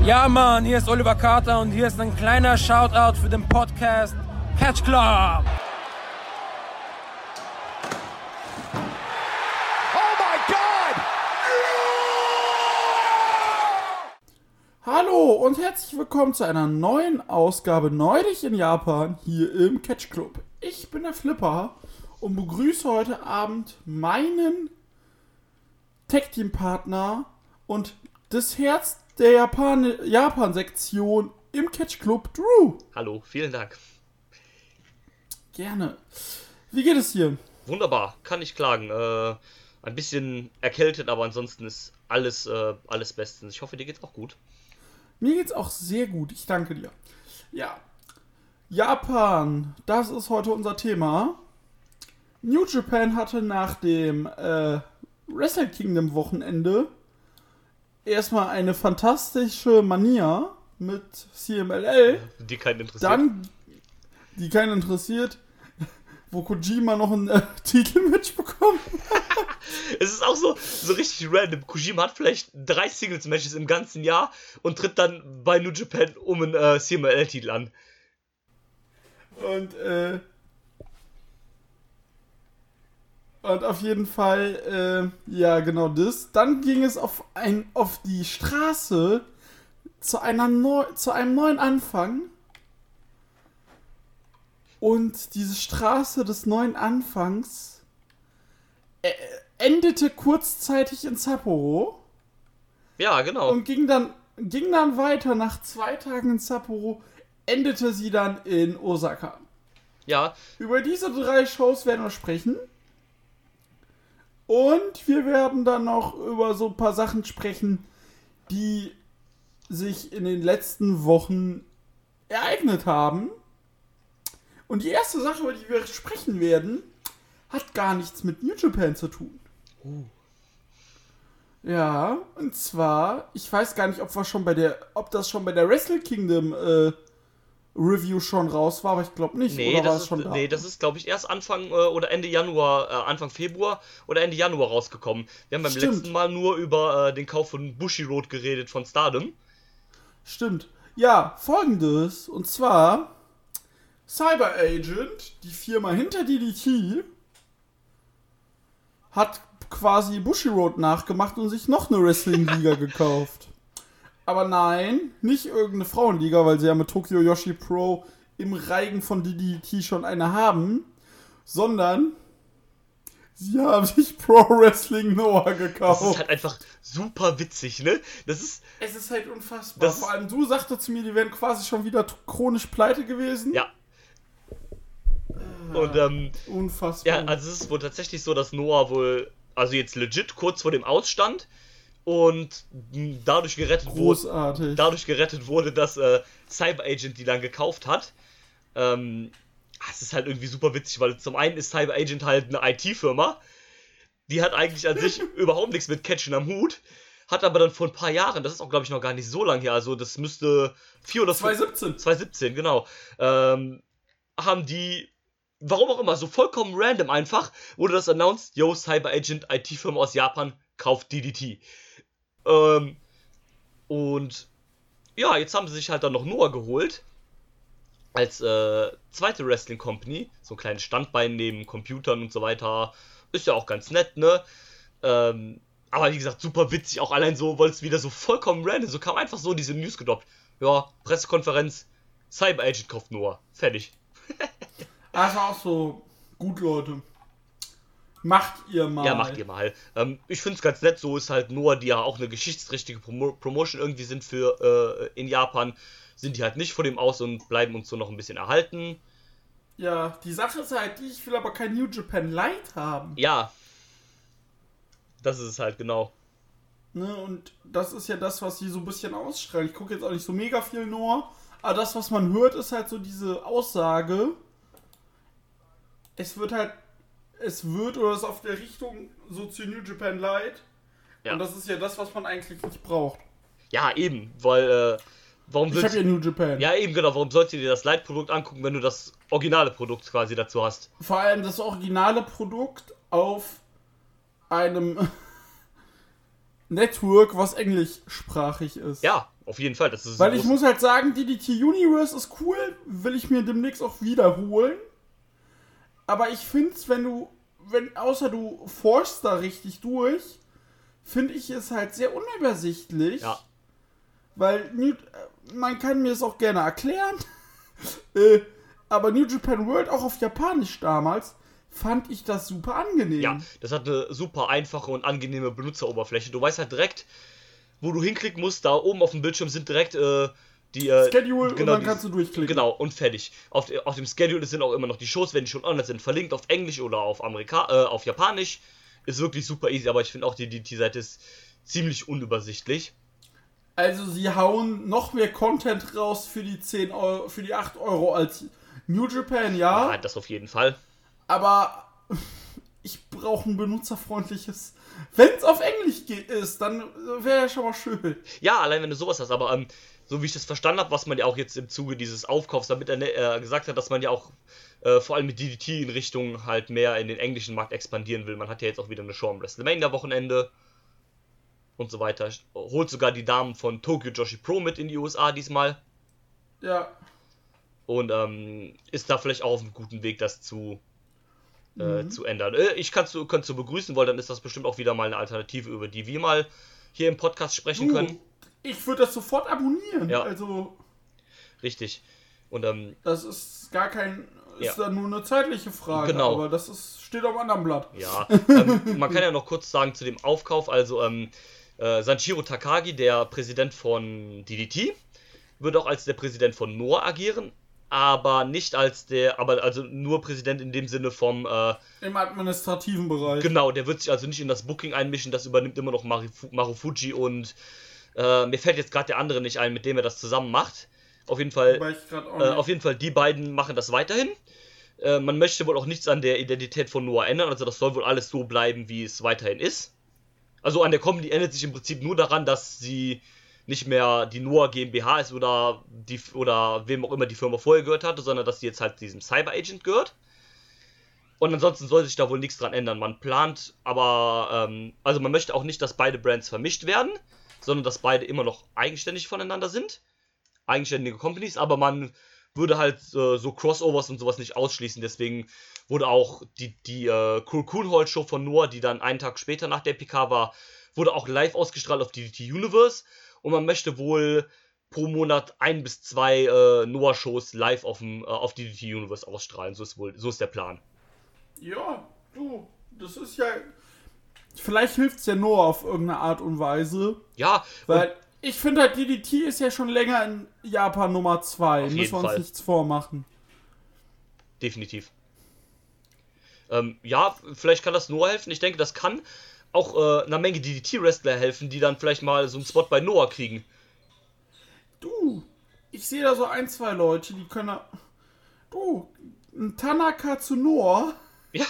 Ja, Mann, hier ist Oliver Carter und hier ist ein kleiner Shoutout für den Podcast Catch Club. Oh my God! Hallo und herzlich willkommen zu einer neuen Ausgabe Neulich in Japan hier im Catch Club. Ich bin der Flipper und begrüße heute Abend meinen Tag-Team-Partner und das Herz der Japan-Sektion im Catch Club, Drew. Hallo, vielen Dank. Gerne. Wie geht es dir? Wunderbar, kann nicht klagen. Ein bisschen erkältet, aber ansonsten ist alles bestens. Ich hoffe, dir geht's auch gut. Mir geht's auch sehr gut, ich danke dir. Ja, Japan, das ist heute unser Thema. New Japan hatte nach dem Wrestle Kingdom Wochenende erstmal eine fantastische Manier mit CMLL. Die keinen interessiert. Die keinen interessiert, wo Kojima noch ein Titelmatch bekommt. Es ist auch so richtig random. Kojima hat vielleicht 3 Singles-Matches im ganzen Jahr und tritt dann bei New Japan um einen CMLL-Titel an. Und auf jeden Fall, ja, genau das. Dann ging es auf die Straße zu einem neuen Anfang. Und diese Straße des neuen Anfangs endete kurzzeitig in Sapporo. Ja, genau. Und ging dann weiter. Nach 2 Tagen in Sapporo endete sie dann in Osaka. Ja. Über diese 3 Shows werden wir sprechen. Und wir werden dann noch über so ein paar Sachen sprechen, die sich in den letzten Wochen ereignet haben. Und die erste Sache, über die wir sprechen werden, hat gar nichts mit New Japan zu tun. Ja, und zwar, ich weiß gar nicht, ob das schon bei der Wrestle Kingdom Review schon raus war, aber ich glaube nicht. Nee, oder war es schon da? Nee, das ist, glaube ich, erst Anfang oder Ende Januar, Anfang Februar oder Ende Januar rausgekommen. Wir haben beim letzten Mal nur über den Kauf von Bushiroad geredet von Stardom. Stimmt. Ja, folgendes. Und zwar Cyber Agent, die Firma hinter DDT, hat quasi Bushiroad nachgemacht und sich noch eine Wrestling-Liga gekauft. Aber nein, nicht irgendeine Frauenliga, weil sie ja mit Tokyo Yoshi Pro im Reigen von DDT schon eine haben, sondern sie haben sich Pro Wrestling Noah gekauft. Das ist halt einfach super witzig, ne? Es ist halt unfassbar. Vor allem du sagtest zu mir, die wären quasi schon wieder chronisch pleite gewesen. Ja. Und unfassbar. Ja, also es ist wohl tatsächlich so, dass Noah wohl, also jetzt legit kurz vor dem Ausstand und dadurch gerettet wurde, dass Cyber Agent die dann gekauft hat. Es ist halt irgendwie super witzig, weil zum einen ist Cyber Agent halt eine IT-Firma, die hat eigentlich an sich überhaupt nichts mit Catchen am Hut, hat aber dann vor ein paar Jahren, das ist auch glaube ich noch gar nicht so lange her, also das müsste 2017, genau, haben die, warum auch immer, so vollkommen random einfach, wurde das announced, yo, Cyber Agent, IT-Firma aus Japan, kauft DDT. Und ja, jetzt haben sie sich halt dann noch Noah geholt, als zweite Wrestling Company, so ein kleines Standbein neben Computern und so weiter, ist ja auch ganz nett, ne? Aber wie gesagt, super witzig, auch allein so, weil es wieder so vollkommen random, so kam einfach so diese News gedroppt. Ja, Pressekonferenz, Cyber Agent kauft Noah, fertig. Das war auch so, gut Leute, macht ihr mal. Ja, macht ihr mal. Ich find's ganz nett, so ist halt Noah, die ja auch eine geschichtsträchtige Promotion irgendwie sind für in Japan, sind die halt nicht vor dem aus und bleiben uns so noch ein bisschen erhalten. Ja, die Sache ist halt, ich will aber kein New Japan Light haben. Ja. Das ist es halt, genau. Ne, und das ist ja das, was sie so ein bisschen ausstrahlen. Ich gucke jetzt auch nicht so mega viel Noah, aber das, was man hört, ist halt so diese Aussage, es wird oder es ist auf der Richtung so zu New Japan Light. Ja. Und das ist ja das, was man eigentlich nicht braucht. Ja, eben, weil, ich hab ja New Japan. Ja, eben, genau, warum sollst du dir das Light-Produkt angucken, wenn du das originale Produkt quasi dazu hast? Vor allem das originale Produkt auf einem Network, was englischsprachig ist. Ja, auf jeden Fall. Das ist weil ich muss halt sagen, DDT Universe ist cool, will ich mir demnächst auch wiederholen. Aber ich finde es, außer du forst da richtig durch, finde ich es halt sehr unübersichtlich. Ja. Weil man kann mir es auch gerne erklären, aber New Japan World, auch auf Japanisch damals, fand ich das super angenehm. Ja, das hat eine super einfache und angenehme Benutzeroberfläche. Du weißt halt direkt, wo du hinklicken musst. Da oben auf dem Bildschirm sind direkt die Schedule, genau, und dann kannst du durchklicken. Genau, und fertig. Auf dem Schedule sind auch immer noch die Shows, wenn die schon online sind, verlinkt auf Englisch oder auf Japanisch. Ist wirklich super easy, aber ich finde auch die DDT-Seite ist ziemlich unübersichtlich. Also sie hauen noch mehr Content raus für die 10 Euro, für die 8 Euro als New Japan, ja. Ja, das auf jeden Fall. Aber ich brauche ein benutzerfreundliches. Wenn es auf Englisch ist, dann wäre ja schon mal schön. Ja, allein wenn du sowas hast, aber so wie ich das verstanden habe, was man ja auch jetzt im Zuge dieses Aufkaufs, damit er gesagt hat, dass man ja auch vor allem mit DDT in Richtung halt mehr in den englischen Markt expandieren will. Man hat ja jetzt auch wieder eine Show am WrestleMania-Wochenende und so weiter. Holt sogar die Damen von Tokyo Joshi Pro mit in die USA diesmal. Ja. Und ist da vielleicht auch auf einem guten Weg, das zu ändern. Ich kann es so begrüßen, weil dann ist das bestimmt auch wieder mal eine Alternative, über die wir mal hier im Podcast sprechen können. Ich würde das sofort abonnieren. Ja. Also. Richtig. Und das ist gar kein. Ist dann nur eine zeitliche Frage. Genau. Aber das steht auf einem anderen Blatt. Ja. Man kann ja noch kurz sagen zu dem Aufkauf. Also Sanshiro Takagi, der Präsident von DDT, wird auch als der Präsident von Noah agieren. Aber nicht also nur Präsident in dem Sinne vom im administrativen Bereich. Genau, der wird sich also nicht in das Booking einmischen, das übernimmt immer noch Marufuji und mir fällt jetzt gerade der andere nicht ein, mit dem er das zusammen macht. Auf jeden Fall, die beiden machen das weiterhin. Man möchte wohl auch nichts an der Identität von Noah ändern, also das soll wohl alles so bleiben, wie es weiterhin ist. Also an der Company ändert sich im Prinzip nur daran, dass sie nicht mehr die Noah GmbH ist oder wem auch immer die Firma vorher gehört hatte, sondern dass sie jetzt halt diesem Cyber Agent gehört. Und ansonsten soll sich da wohl nichts dran ändern. Man plant aber, also man möchte auch nicht, dass beide Brands vermischt werden, sondern dass beide immer noch eigenständig voneinander sind. Eigenständige Companies, aber man würde halt so Crossovers und sowas nicht ausschließen. Deswegen wurde auch die Cool Hall Show von Noah, die dann einen Tag später nach der PK war, wurde auch live ausgestrahlt auf DDT Universe. Und man möchte wohl pro Monat 1 bis 2 Noah-Shows live auf DDT Universe ausstrahlen. So ist der Plan. Ja, du, das ist ja. Vielleicht hilft es ja Noah auf irgendeine Art und Weise. Ja. Weil ich finde halt, DDT ist ja schon länger in Japan Nummer 2. Müssen wir uns nichts vormachen. Definitiv. Ja, vielleicht kann das Noah helfen. Ich denke, das kann auch einer Menge DDT-Wrestler helfen, die dann vielleicht mal so einen Spot bei Noah kriegen. Du, ich sehe da so 1, 2 Leute, die können. Du, ein Tanaka zu Noah. Ja.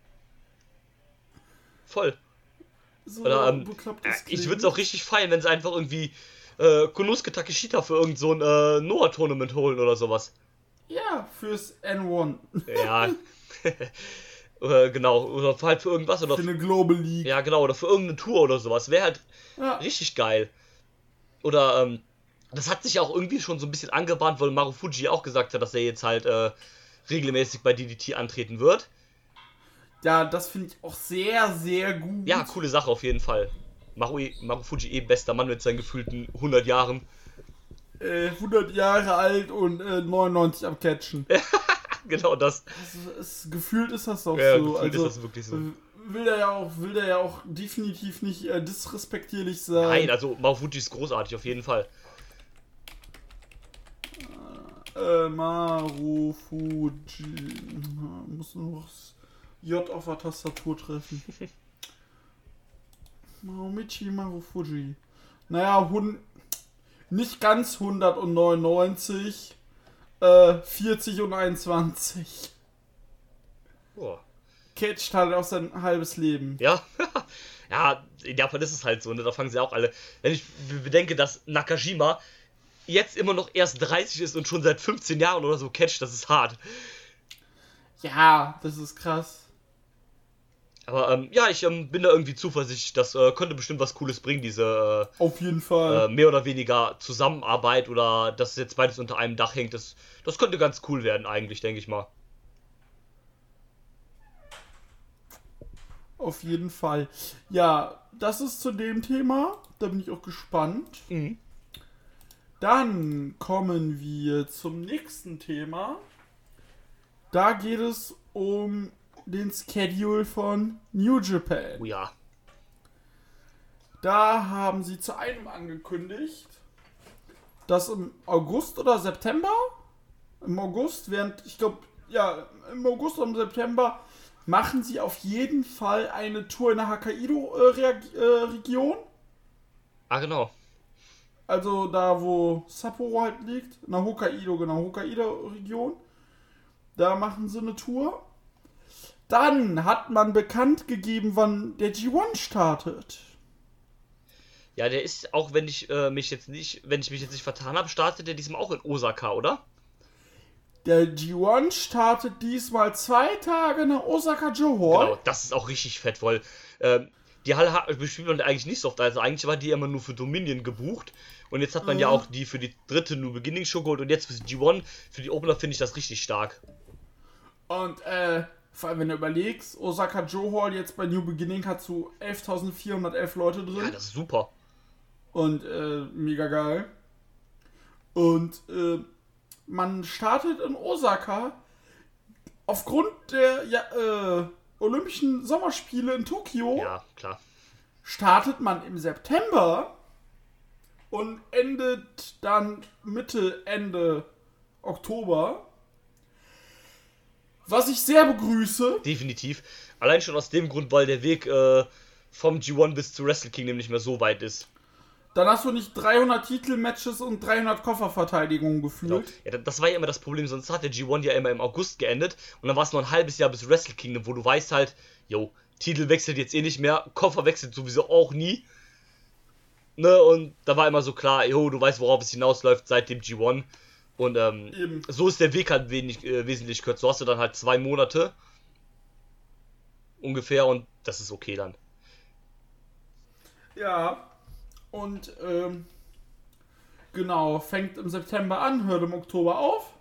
Voll. So, oder, ich würde es auch richtig feiern, wenn sie einfach irgendwie Konosuke Takeshita für irgend so ein Noah-Tournament holen oder sowas. Ja, fürs N1. Ja. Genau, oder halt für irgendwas. Oder für eine Global League. Ja, genau, oder für irgendeine Tour oder sowas. Wäre halt richtig geil. Oder, das hat sich ja auch irgendwie schon so ein bisschen angebahnt, weil Marufuji auch gesagt hat, dass er jetzt halt regelmäßig bei DDT antreten wird. Ja, das finde ich auch sehr, sehr gut. Ja, coole Sache auf jeden Fall. Marufuji bester Mann mit seinen gefühlten 100 Jahren. 100 Jahre alt und 99 am Catchen. Genau das. Gefühlt ist das doch ja, so. Gefühlt also, ist das wirklich so. Will der ja auch definitiv nicht disrespektierlich sein. Nein, also Marufuji ist großartig, auf jeden Fall. Marufuji. Muss nur das J auf der Tastatur treffen. Marufuji. Naja, nicht ganz 199. 40 und 21. Boah. Catcht halt auch sein halbes Leben. Ja, ja, in Japan ist es halt so, ne? Da fangen sie auch alle. Wenn ich bedenke, dass Nakajima jetzt immer noch erst 30 ist und schon seit 15 Jahren oder so catcht, das ist hart. Ja, das ist krass. Aber ja, ich bin da irgendwie zuversichtlich, das könnte bestimmt was Cooles bringen, diese auf jeden Fall mehr oder weniger Zusammenarbeit oder dass jetzt beides unter einem Dach hängt. Das könnte ganz cool werden eigentlich, denke ich mal. Auf jeden Fall. Ja, das ist zu dem Thema. Da bin ich auch gespannt. Mhm. Dann kommen wir zum nächsten Thema. Da geht es um den Schedule von New Japan. Oh ja. Da haben sie zu einem angekündigt, dass im August oder September, im August, im August oder im September machen sie auf jeden Fall eine Tour in der Hokkaido-Region. Ah, genau. Also da, wo Sapporo halt liegt, in der Hokkaido-Region. Da machen sie eine Tour. Dann hat man bekannt gegeben, wann der G1 startet. Ja, der ist, auch wenn ich mich jetzt nicht vertan habe, startet der diesmal auch in Osaka, oder? Der G1 startet diesmal 2 Tage nach Osaka Joe Hall. Genau, das ist auch richtig fett, weil die Halle bespielt man eigentlich nicht so oft. Also eigentlich war die immer nur für Dominion gebucht. Und jetzt hat man ja auch die für die dritte New Beginning Show geholt. Und jetzt für die G1, für die Opener finde ich das richtig stark. Und vor allem wenn du überlegst, Osaka Joe Hall jetzt bei New Beginning hat so 11.411 Leute drin. Ja, das ist super. Und mega geil. Und man startet in Osaka aufgrund der Olympischen Sommerspiele in Tokio. Ja, klar. Startet man im September und endet dann Ende Oktober. Was ich sehr begrüße. Definitiv. Allein schon aus dem Grund, weil der Weg vom G1 bis zu Wrestle Kingdom nicht mehr so weit ist. Dann hast du nicht 300 Titelmatches und 300 Kofferverteidigungen gefühlt. Genau. Ja, das war ja immer das Problem, sonst hat der G1 ja immer im August geendet und dann war es noch ein halbes Jahr bis Wrestle Kingdom, wo du weißt halt, Titel wechselt jetzt eh nicht mehr, Koffer wechselt sowieso auch nie. Ne, und da war immer so klar, du weißt, worauf es hinausläuft seit dem G1. Und so ist der Weg halt wesentlich kürzer. So hast du dann halt 2 Monate ungefähr und das ist okay dann. Ja, und genau, fängt im September an, hört im Oktober auf.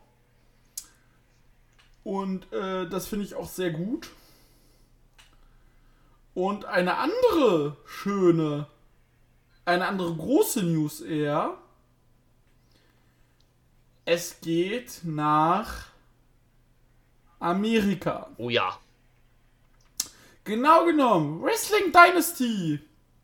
Und das finde ich auch sehr gut. Und eine andere große News eher. Es geht nach Amerika. Oh ja. Genau genommen, Wrestling Dynasty.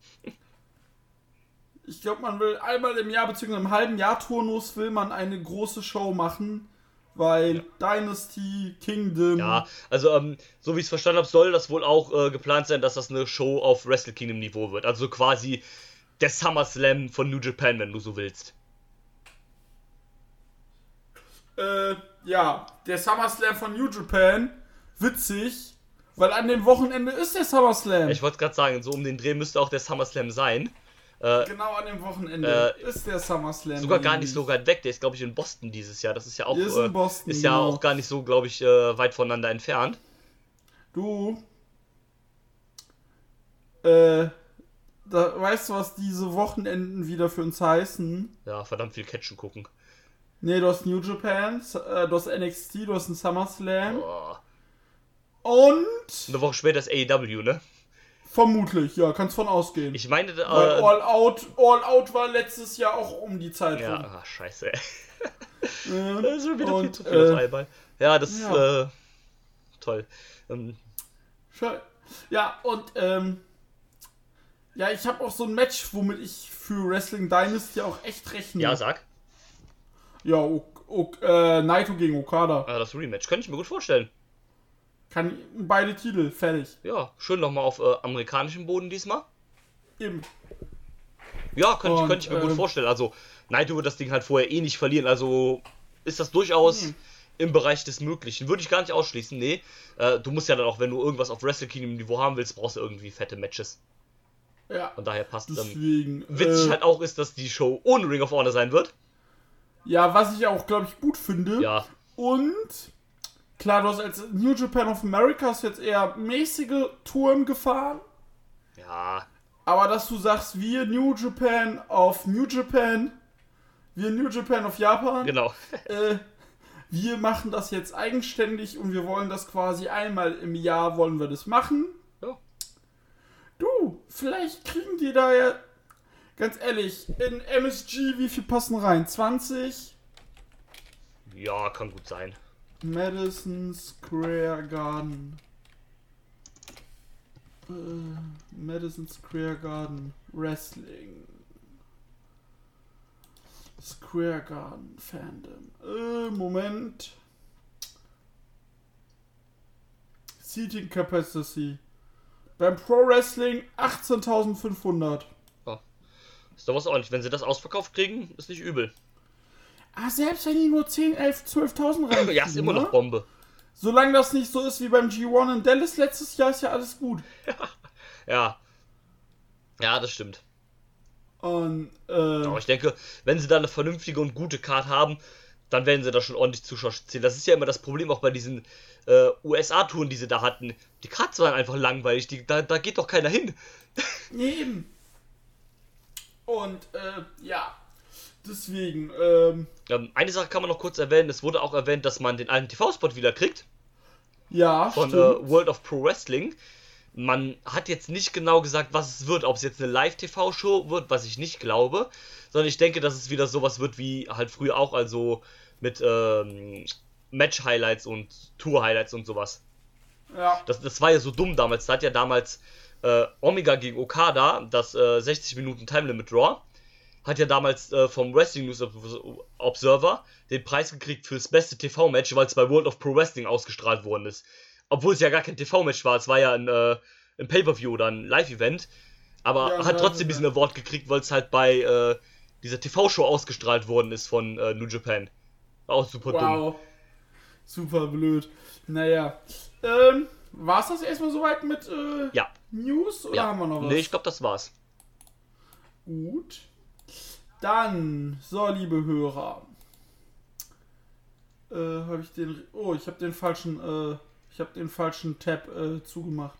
Ich glaube, man will einmal im Jahr, beziehungsweise im halben Jahr Turnus, will man eine große Show machen, weil Dynasty, Kingdom... Ja, also so wie ich es verstanden habe, soll das wohl auch geplant sein, dass das eine Show auf Wrestle Kingdom Niveau wird. Also quasi der SummerSlam von New Japan, wenn du so willst. Ja, der SummerSlam von New Japan, witzig, weil an dem Wochenende ist der SummerSlam. Ich wollte gerade sagen, so um den Dreh müsste auch der SummerSlam sein. Genau an dem Wochenende ist der SummerSlam. Sogar gar nicht so weit weg, der ist glaube ich in Boston dieses Jahr. Das ist ja auch, Boston, ist ja auch gar nicht so, glaube ich, weit voneinander entfernt. Du, weißt du, was diese Wochenenden wieder für uns heißen? Ja, verdammt viel Catchen gucken. Nee, du hast New Japan, du hast NXT, du hast einen SummerSlam. Oh. Und eine Woche später ist AEW, ne? Vermutlich, ja, kannst von ausgehen. Ich meine, weil All Out war letztes Jahr auch um die Zeit rum. Ja, scheiße, ey. Das ist schon wieder viel zu viel auf einmal. Ja, das ist toll. Schön. Ja, und ja, ich habe auch so ein Match, womit ich für Wrestling Dynasty auch echt rechne. Ja, sag. Ja, Naito gegen Okada. Das Rematch, könnte ich mir gut vorstellen. Kann beide Titel, fertig. Ja, schön nochmal auf amerikanischem Boden diesmal. Eben. Ja, könnte ich mir gut vorstellen. Also, Naito wird das Ding halt vorher eh nicht verlieren, also ist das durchaus im Bereich des Möglichen. Würde ich gar nicht ausschließen, nee. Du musst ja dann auch, wenn du irgendwas auf Wrestle Kingdom Niveau haben willst, brauchst du irgendwie fette Matches. Ja. Von daher passt es. Deswegen. Witzig halt auch ist, dass die Show ohne Ring of Honor sein wird. Ja, was ich auch, glaube ich, gut finde. Ja. Und Klar, du hast als New Japan of America jetzt eher mäßige Touren gefahren. Ja. Aber dass du sagst, wir New Japan of New Japan, wir New Japan of Japan. Genau. Wir machen das jetzt eigenständig und wir wollen das quasi einmal im Jahr wollen wir das machen. Ja. Du, vielleicht kriegen die da ja, ganz ehrlich, in MSG, wie viel passen rein? 20? Ja, kann gut sein. Madison Square Garden. Madison Square Garden Wrestling. Square Garden Fandom. Moment. Seating Capacity. Beim Pro Wrestling 18.500. Ja. Ist doch was ordentlich. Wenn sie das ausverkauft kriegen, ist nicht übel. Selbst wenn die nur 10, 11, 12.000 rein. Ja, ist immer noch Bombe. Solange das nicht so ist wie beim G1 in Dallas letztes Jahr, ist ja alles gut. Ja. Ja, das stimmt. Und, aber ich denke, wenn sie da eine vernünftige und gute Card haben, dann werden sie da schon ordentlich Zuschauer ziehen. Das ist ja immer das Problem auch bei diesen USA-Touren, die sie da hatten. Die Cards waren einfach langweilig, da geht doch keiner hin. Nee, eben. Und, ja. Deswegen, eine Sache kann man noch kurz erwähnen. Es wurde auch erwähnt, dass man den alten TV-Spot wieder kriegt. Ja, von World of Pro Wrestling. Man hat jetzt nicht genau gesagt, was es wird. Ob es jetzt eine Live-TV-Show wird, was ich nicht glaube. Sondern ich denke, dass es wieder sowas wird wie halt früher auch. Also mit Match-Highlights und Tour-Highlights und sowas. Ja. Das war ja so dumm damals. Da hat ja damals Omega gegen Okada, das 60 Minuten Time Limit Draw, hat ja damals vom Wrestling News Observer den Preis gekriegt fürs beste TV-Match, weil es bei World of Pro Wrestling ausgestrahlt worden ist. Obwohl es ja gar kein TV-Match war, es war ja ein Pay-Per-View oder ein Live-Event. Aber ja, hat trotzdem diesen Award gekriegt, weil es halt bei dieser TV-Show ausgestrahlt worden ist von New Japan. War auch super dumm. Super blöd. Naja. War es das erstmal soweit mit ja. News? Oder haben wir noch was? Nee, ich glaube, das war's. Gut. Dann, so, liebe Hörer. Habe ich den... Oh, ich habe den falschen Tab zugemacht.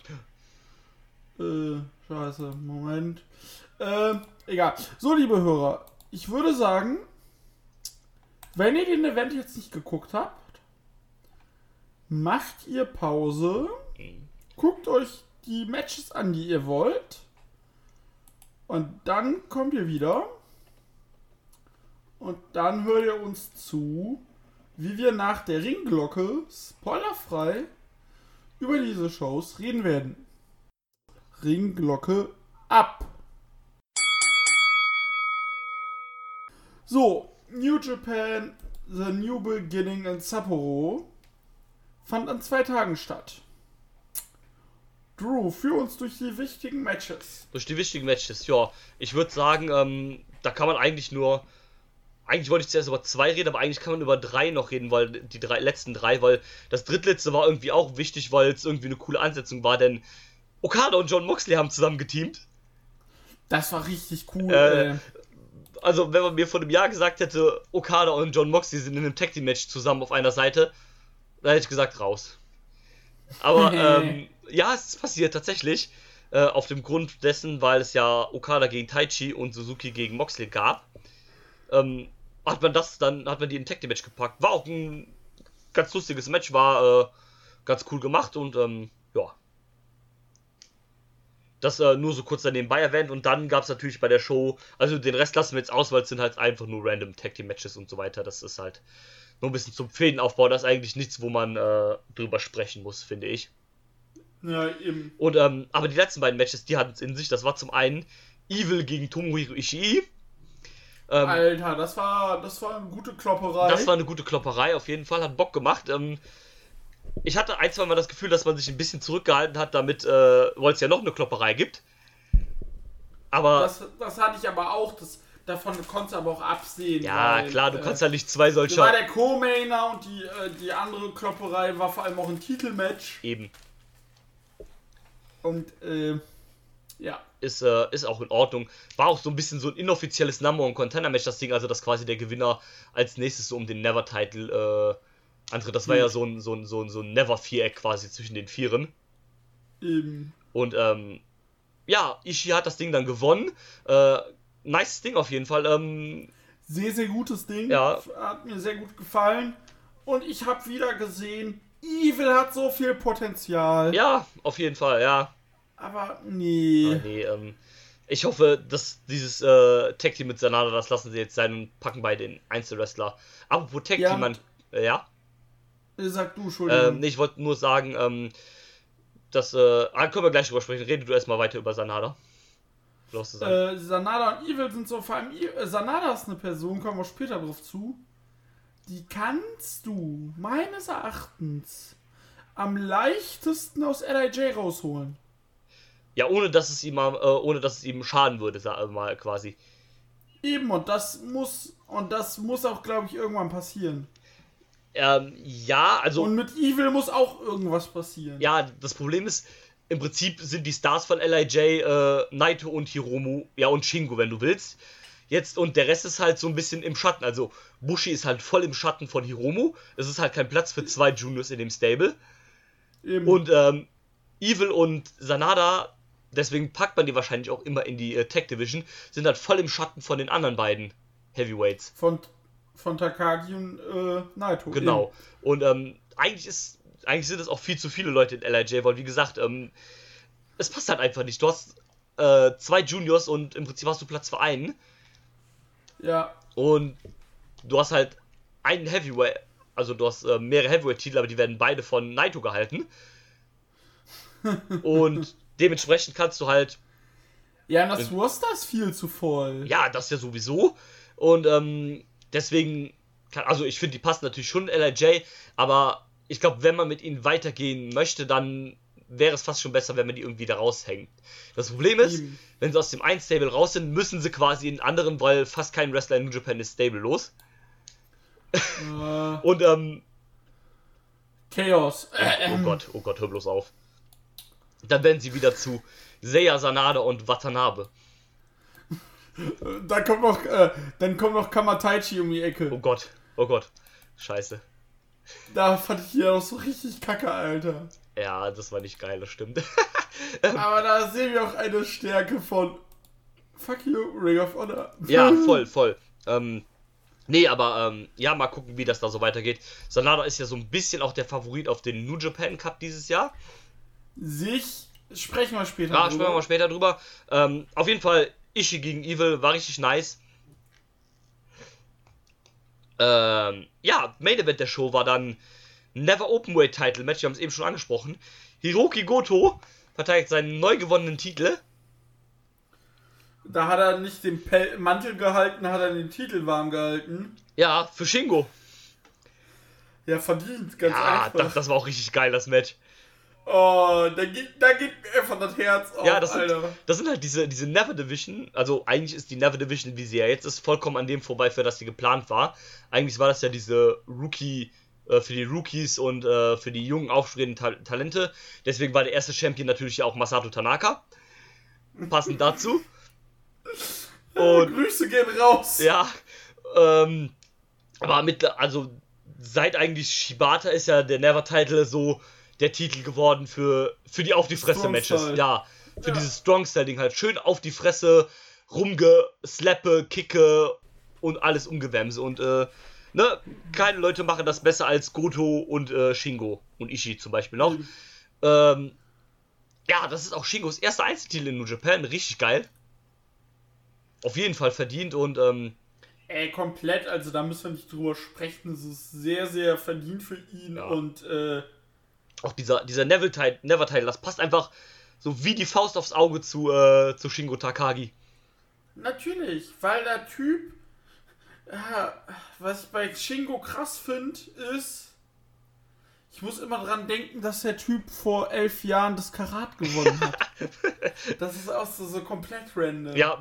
Scheiße, Moment. Egal. So, liebe Hörer, ich würde sagen, wenn ihr den Event jetzt nicht geguckt habt, macht ihr Pause, guckt euch die Matches an, die ihr wollt, und dann kommt ihr wieder und dann hört ihr uns zu, wie wir nach der Ringglocke spoilerfrei über diese Shows reden werden. Ringglocke ab! So, New Japan, The New Beginning in Sapporo fand an 2 Tagen statt. Drew, führ uns durch die wichtigen Matches. Durch die wichtigen Matches, ja. Ich würde sagen, da kann man eigentlich nur... Eigentlich wollte ich zuerst über 2 reden, aber eigentlich kann man über 3 noch reden, weil die letzten 3, weil das drittletzte war irgendwie auch wichtig, weil es irgendwie eine coole Ansetzung war, denn Okada und Jon Moxley haben zusammen geteamt. Das war richtig cool. Also, wenn man mir vor einem Jahr gesagt hätte, Okada und Jon Moxley sind in einem Tag Team Match zusammen auf einer Seite, dann hätte ich gesagt, raus. Aber, ja, es ist passiert tatsächlich. Auf dem Grund dessen, weil es ja Okada gegen Taichi und Suzuki gegen Moxley gab. Hat man die in Tag Team Match gepackt. War auch ein ganz lustiges Match, war ganz cool gemacht und ja. Das nur so kurz daneben erwähnt und dann gab es natürlich bei der Show, also den Rest lassen wir jetzt aus, weil es sind halt einfach nur random Tag Team Matches und so weiter. Das ist halt nur ein bisschen zum Fädenaufbau, das ist eigentlich nichts, wo man drüber sprechen muss, finde ich. Ja, eben. Und aber die letzten beiden Matches, die hatten es in sich. Das war zum einen Evil gegen Tomohiro Ishii. Alter, das war eine gute Klopperei. Das war eine gute Klopperei, auf jeden Fall, hat Bock gemacht. Ich hatte 1-2 Mal das Gefühl, dass man sich ein bisschen zurückgehalten hat, damit, weil es ja noch eine Klopperei gibt. Aber... Das hatte ich aber auch, davon konntest du aber auch absehen. Ja, weil, klar, du kannst ja nicht 2 solcher... Das war der Co-Mainer und die andere Klopperei war vor allem auch ein Titelmatch. Eben. Und, ja. Ist auch in Ordnung. War auch so ein bisschen so ein inoffizielles Number- und Contender-Match, das Ding, also dass quasi der Gewinner als nächstes so um den Never-Title antritt. Das war ja so ein Never-Viereck quasi zwischen den Vieren. Und ja, Ishii hat das Ding dann gewonnen. Nice Ding auf jeden Fall. Sehr, sehr gutes Ding. Ja. Hat mir sehr gut gefallen. Und ich habe wieder gesehen, Evil hat so viel Potenzial. Ja, auf jeden Fall, ja. Aber nee. Ich hoffe, dass dieses Tag-Team mit Sanada, das lassen sie jetzt sein und packen bei den Einzelwrestler. Apropos Tag-Team, ja. Sag du, Entschuldigung. Nee, ich wollte nur sagen, dass, können wir gleich drüber sprechen. Rede du erstmal weiter über Sanada. Sanada und Evil sind so, vor allem Sanada ist eine Person, kommen wir später drauf zu, die kannst du meines Erachtens am leichtesten aus LIJ rausholen. Ja, ohne dass es ihm schaden würde, sag mal quasi. Eben, und das muss auch, glaube ich, irgendwann passieren. Ja, also... Und mit Evil muss auch irgendwas passieren. Ja, das Problem ist, im Prinzip sind die Stars von LIJ Naito und Hiromu, ja, und Shingo, wenn du willst. Jetzt, und der Rest ist halt so ein bisschen im Schatten. Also, Bushi ist halt voll im Schatten von Hiromu. Es ist halt kein Platz für 2 Juniors in dem Stable. Eben. Und Evil und Sanada, deswegen packt man die wahrscheinlich auch immer in die Tag Division, sind halt voll im Schatten von den anderen beiden Heavyweights. Von Takagi und Naito. Genau. Eben. Und eigentlich sind es auch viel zu viele Leute in LIJ, weil wie gesagt, es passt halt einfach nicht. Du hast 2 Juniors und im Prinzip hast du Platz für einen. Ja. Und du hast halt einen Heavyweight, also du hast mehrere Heavyweight-Titel, aber die werden beide von Naito gehalten. Und dementsprechend kannst du halt... Ja, das Roster ist viel zu voll. Ja, das ja sowieso. Und deswegen, also ich finde, die passen natürlich schon in LIJ, aber ich glaube, wenn man mit ihnen weitergehen möchte, dann wäre es fast schon besser, wenn man die irgendwie da raushängt. Das Problem ist, wenn sie aus dem einen Stable raus sind, müssen sie quasi in den anderen, weil fast kein Wrestler in New Japan ist Stable los. Und Chaos. Oh Gott, hör bloß auf. Dann werden sie wieder zu Seiya, Sanada und Watanabe. Dann kommt noch Kamataichi um die Ecke. Oh Gott. Scheiße. Da fand ich ja auch so richtig kacke, Alter. Ja, das war nicht geil, das stimmt. Aber da sehen wir auch eine Stärke von Fuck you, Ring of Honor. Ja, voll. Nee, aber ja, mal gucken, wie das da so weitergeht. Sanada ist ja so ein bisschen auch der Favorit auf den New Japan Cup dieses Jahr. Sprechen wir später drüber. Ja, sprechen wir mal später drüber. Auf jeden Fall, Ishii gegen Evil war richtig nice. Ja, Main Event der Show war dann Never Openweight Title Match, wir haben es eben schon angesprochen. Hiroki Goto verteidigt seinen neu gewonnenen Titel. Da hat er nicht den Mantel gehalten, hat er den Titel warm gehalten. Ja, für Shingo. Ja, verdient, ganz einfach. Ja, das war auch richtig geil, das Match. Oh, da geht mir einfach das Herz auf, ja, Alter. Das sind halt diese Never Division, also eigentlich ist die Never Division, wie sie ja jetzt ist, vollkommen an dem vorbei, für das sie geplant war. Eigentlich war das ja diese für die Rookies und für die jungen, aufstrebenden Talente. Deswegen war der erste Champion natürlich ja auch Masato Tanaka. Passend dazu. Und Grüße gehen raus. Ja, aber seit eigentlich Shibata ist ja der Never-Title so der Titel geworden für die Auf die Fresse-Matches. Ja, für dieses Strong-Style-Ding halt. Schön auf die Fresse, rumgeslappe, kicke und alles umgewämse. Und, keine Leute machen das besser als Goto und Shingo und Ishii zum Beispiel noch. Ja, das ist auch Shingos erster Einzeltitel in New Japan. Richtig geil. Auf jeden Fall verdient und, komplett, also da müssen wir nicht drüber sprechen. Es ist sehr, sehr verdient für ihn und, auch dieser Never-Title, das passt einfach so wie die Faust aufs Auge zu Shingo Takagi. Natürlich, weil der Typ, was ich bei Shingo krass finde, ist, ich muss immer dran denken, dass der Typ vor 11 Jahren das Karat gewonnen hat. Das ist auch so komplett random. Ja.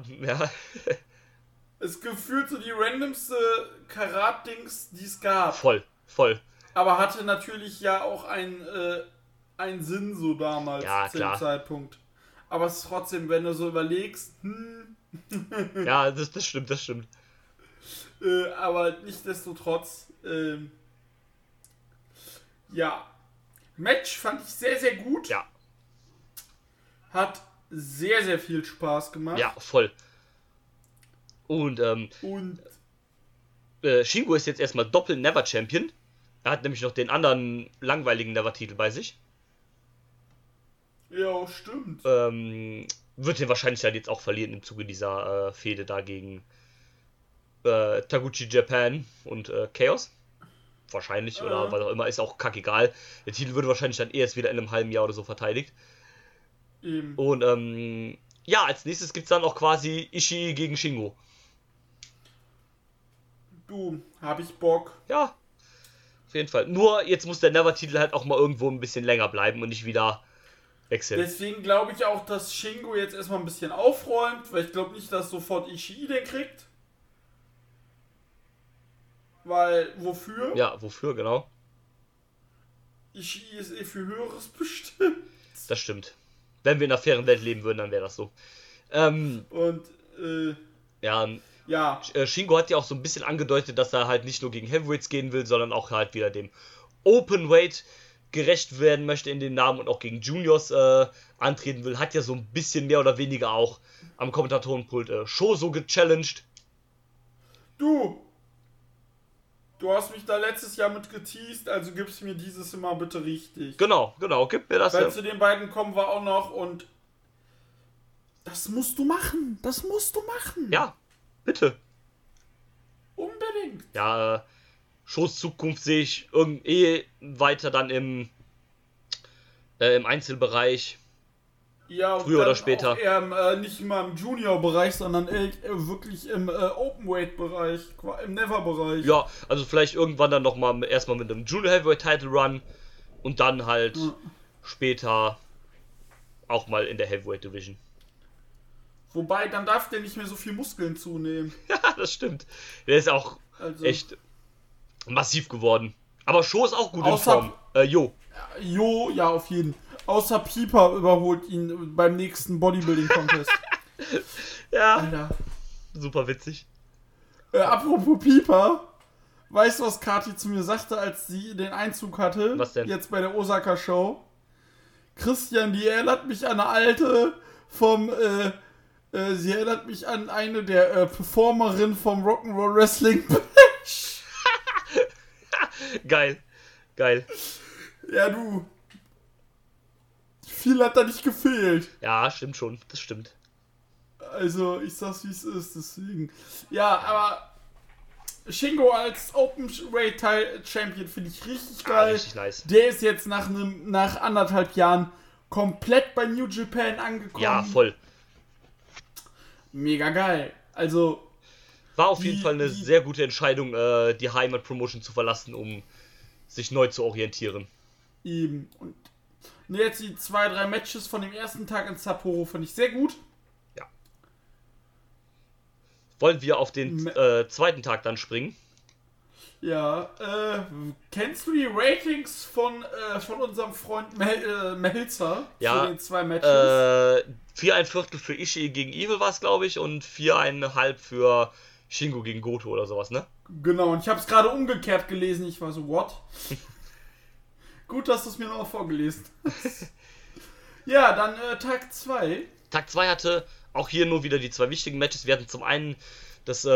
Es gefühlt so die randomste Karat-Dings, die es gab. Voll. Aber hatte natürlich ja auch einen Sinn so damals zu dem Zeitpunkt. Aber es ist trotzdem, wenn du so überlegst, Ja, das stimmt. Aber nichtsdestotrotz, Ja. Match fand ich sehr, sehr gut. Ja. Hat sehr, sehr viel Spaß gemacht. Ja, voll. Und Shingo ist jetzt erstmal Doppel-Never-Champion. Er hat nämlich noch den anderen langweiligen Never-Titel bei sich. Ja, stimmt. Wird den wahrscheinlich halt jetzt auch verlieren im Zuge dieser Fehde da gegen Taguchi Japan und Chaos. Wahrscheinlich, oder was auch immer, ist auch kackegal. Der Titel würde wahrscheinlich dann erst wieder in einem halben Jahr oder so verteidigt. Eben. Und als nächstes gibt es dann auch quasi Ishii gegen Shingo. Du, hab ich Bock. Ja, auf jeden Fall. Nur jetzt muss der Never-Titel halt auch mal irgendwo ein bisschen länger bleiben und nicht wieder wechseln. Deswegen glaube ich auch, dass Shingo jetzt erstmal ein bisschen aufräumt, weil ich glaube nicht, dass sofort Ishii den kriegt. Weil, wofür? Ja, wofür, genau. Ishii ist für Höheres bestimmt. Das stimmt. Wenn wir in einer fairen Welt leben würden, dann wäre das so. Shingo hat ja auch so ein bisschen angedeutet, dass er halt nicht nur gegen Heavyweights gehen will, sondern auch halt wieder dem Openweight gerecht werden möchte in dem Namen und auch gegen Juniors antreten will. Hat ja so ein bisschen mehr oder weniger auch am Kommentatorenpult Shoso gechallenged. Du hast mich da letztes Jahr mit geteased, also gibst mir dieses Mal bitte richtig. Genau, gib mir das. Weil zu den beiden kommen wir auch noch und das musst du machen. Ja, bitte. Unbedingt. Ja, Shos Zukunft sehe ich weiter dann im Einzelbereich. Ja, früher oder später. Auch eher nicht mal im Junior-Bereich, sondern wirklich im Openweight-Bereich, im Never-Bereich. Ja, also vielleicht irgendwann dann nochmal erstmal mit einem Junior Heavyweight Title Run und dann halt später auch mal in der Heavyweight Division. Wobei, dann darf der nicht mehr so viel Muskeln zunehmen. Ja, das stimmt. Der ist auch echt massiv geworden. Aber Sho ist auch gut in Form. Jo, ja, auf jeden Fall. Außer Pieper überholt ihn beim nächsten Bodybuilding-Contest. Ja. Alter. Super witzig. Apropos Pieper. Weißt du, was Kati zu mir sagte, als sie den Einzug hatte? Was denn? Jetzt bei der Osaka-Show. Christian, die erinnert mich an eine alte sie erinnert mich an eine der Performerin vom Rock'n'Roll Wrestling. Geil. Ja, du. Viel hat da nicht gefehlt. Ja, stimmt schon. Das stimmt. Also, ich sag's wie es ist, deswegen. Ja, aber Shingo als Openweight Champion finde ich richtig geil. Richtig nice. Der ist jetzt nach 1,5 Jahren komplett bei New Japan angekommen. Ja, voll. Mega geil. Also war auf jeden Fall eine sehr gute Entscheidung, die Heimat-Promotion zu verlassen, um sich neu zu orientieren. Eben. Und jetzt die 2-3 Matches von dem ersten Tag in Sapporo fand ich sehr gut. Ja. Wollen wir auf den zweiten Tag dann springen? Ja. Kennst du die Ratings von unserem Freund Melzer für den 2 Matches? 4,25 für Ishii gegen Evil war es, glaube ich, und 4,5 für Shingo gegen Goto oder sowas, ne? Genau, und ich habe es gerade umgekehrt gelesen. Ich war so, what? Gut, dass du es mir noch vorgelesen hast. Ja, dann Tag 2. Tag 2 hatte auch hier nur wieder die 2 wichtigen Matches. Wir hatten zum einen das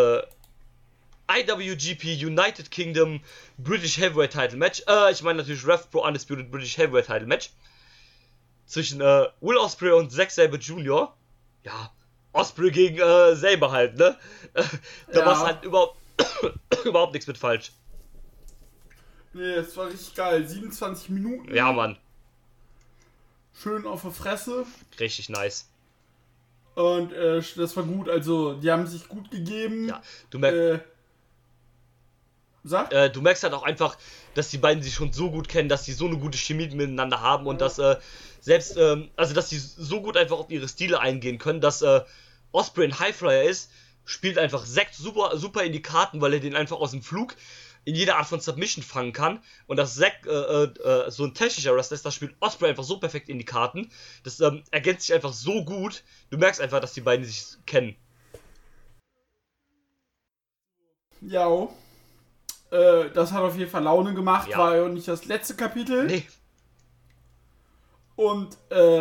IWGP United Kingdom British Heavyweight Title Match. Ich meine natürlich Rev Pro Undisputed British Heavyweight Title Match. Zwischen Will Ospreay und Zack Sabre Jr. Ja, Ospreay gegen Sabre halt, ne? Da war es halt überhaupt nichts mit falsch. Nee, es war richtig geil. 27 Minuten. Ja, Mann. Schön auf der Fresse. Richtig nice. Und das war gut. Also, die haben sich gut gegeben. Ja, du merkst... du merkst halt auch einfach, dass die beiden sich schon so gut kennen, dass sie so eine gute Chemie miteinander haben und dass dass sie so gut einfach auf ihre Stile eingehen können, dass Ospreay ein Highflyer ist, spielt einfach Zack super in die Karten, weil er den einfach aus dem Flug in jeder Art von Submission fangen kann und dass Zack so ein technischer Wrestler ist, das spielt Ospreay einfach so perfekt in die Karten. Das ergänzt sich einfach so gut. Du merkst einfach, dass die beiden sich kennen. Ja. das hat auf jeden Fall Laune gemacht, Ja. war ja nicht das letzte Kapitel. Nee. Und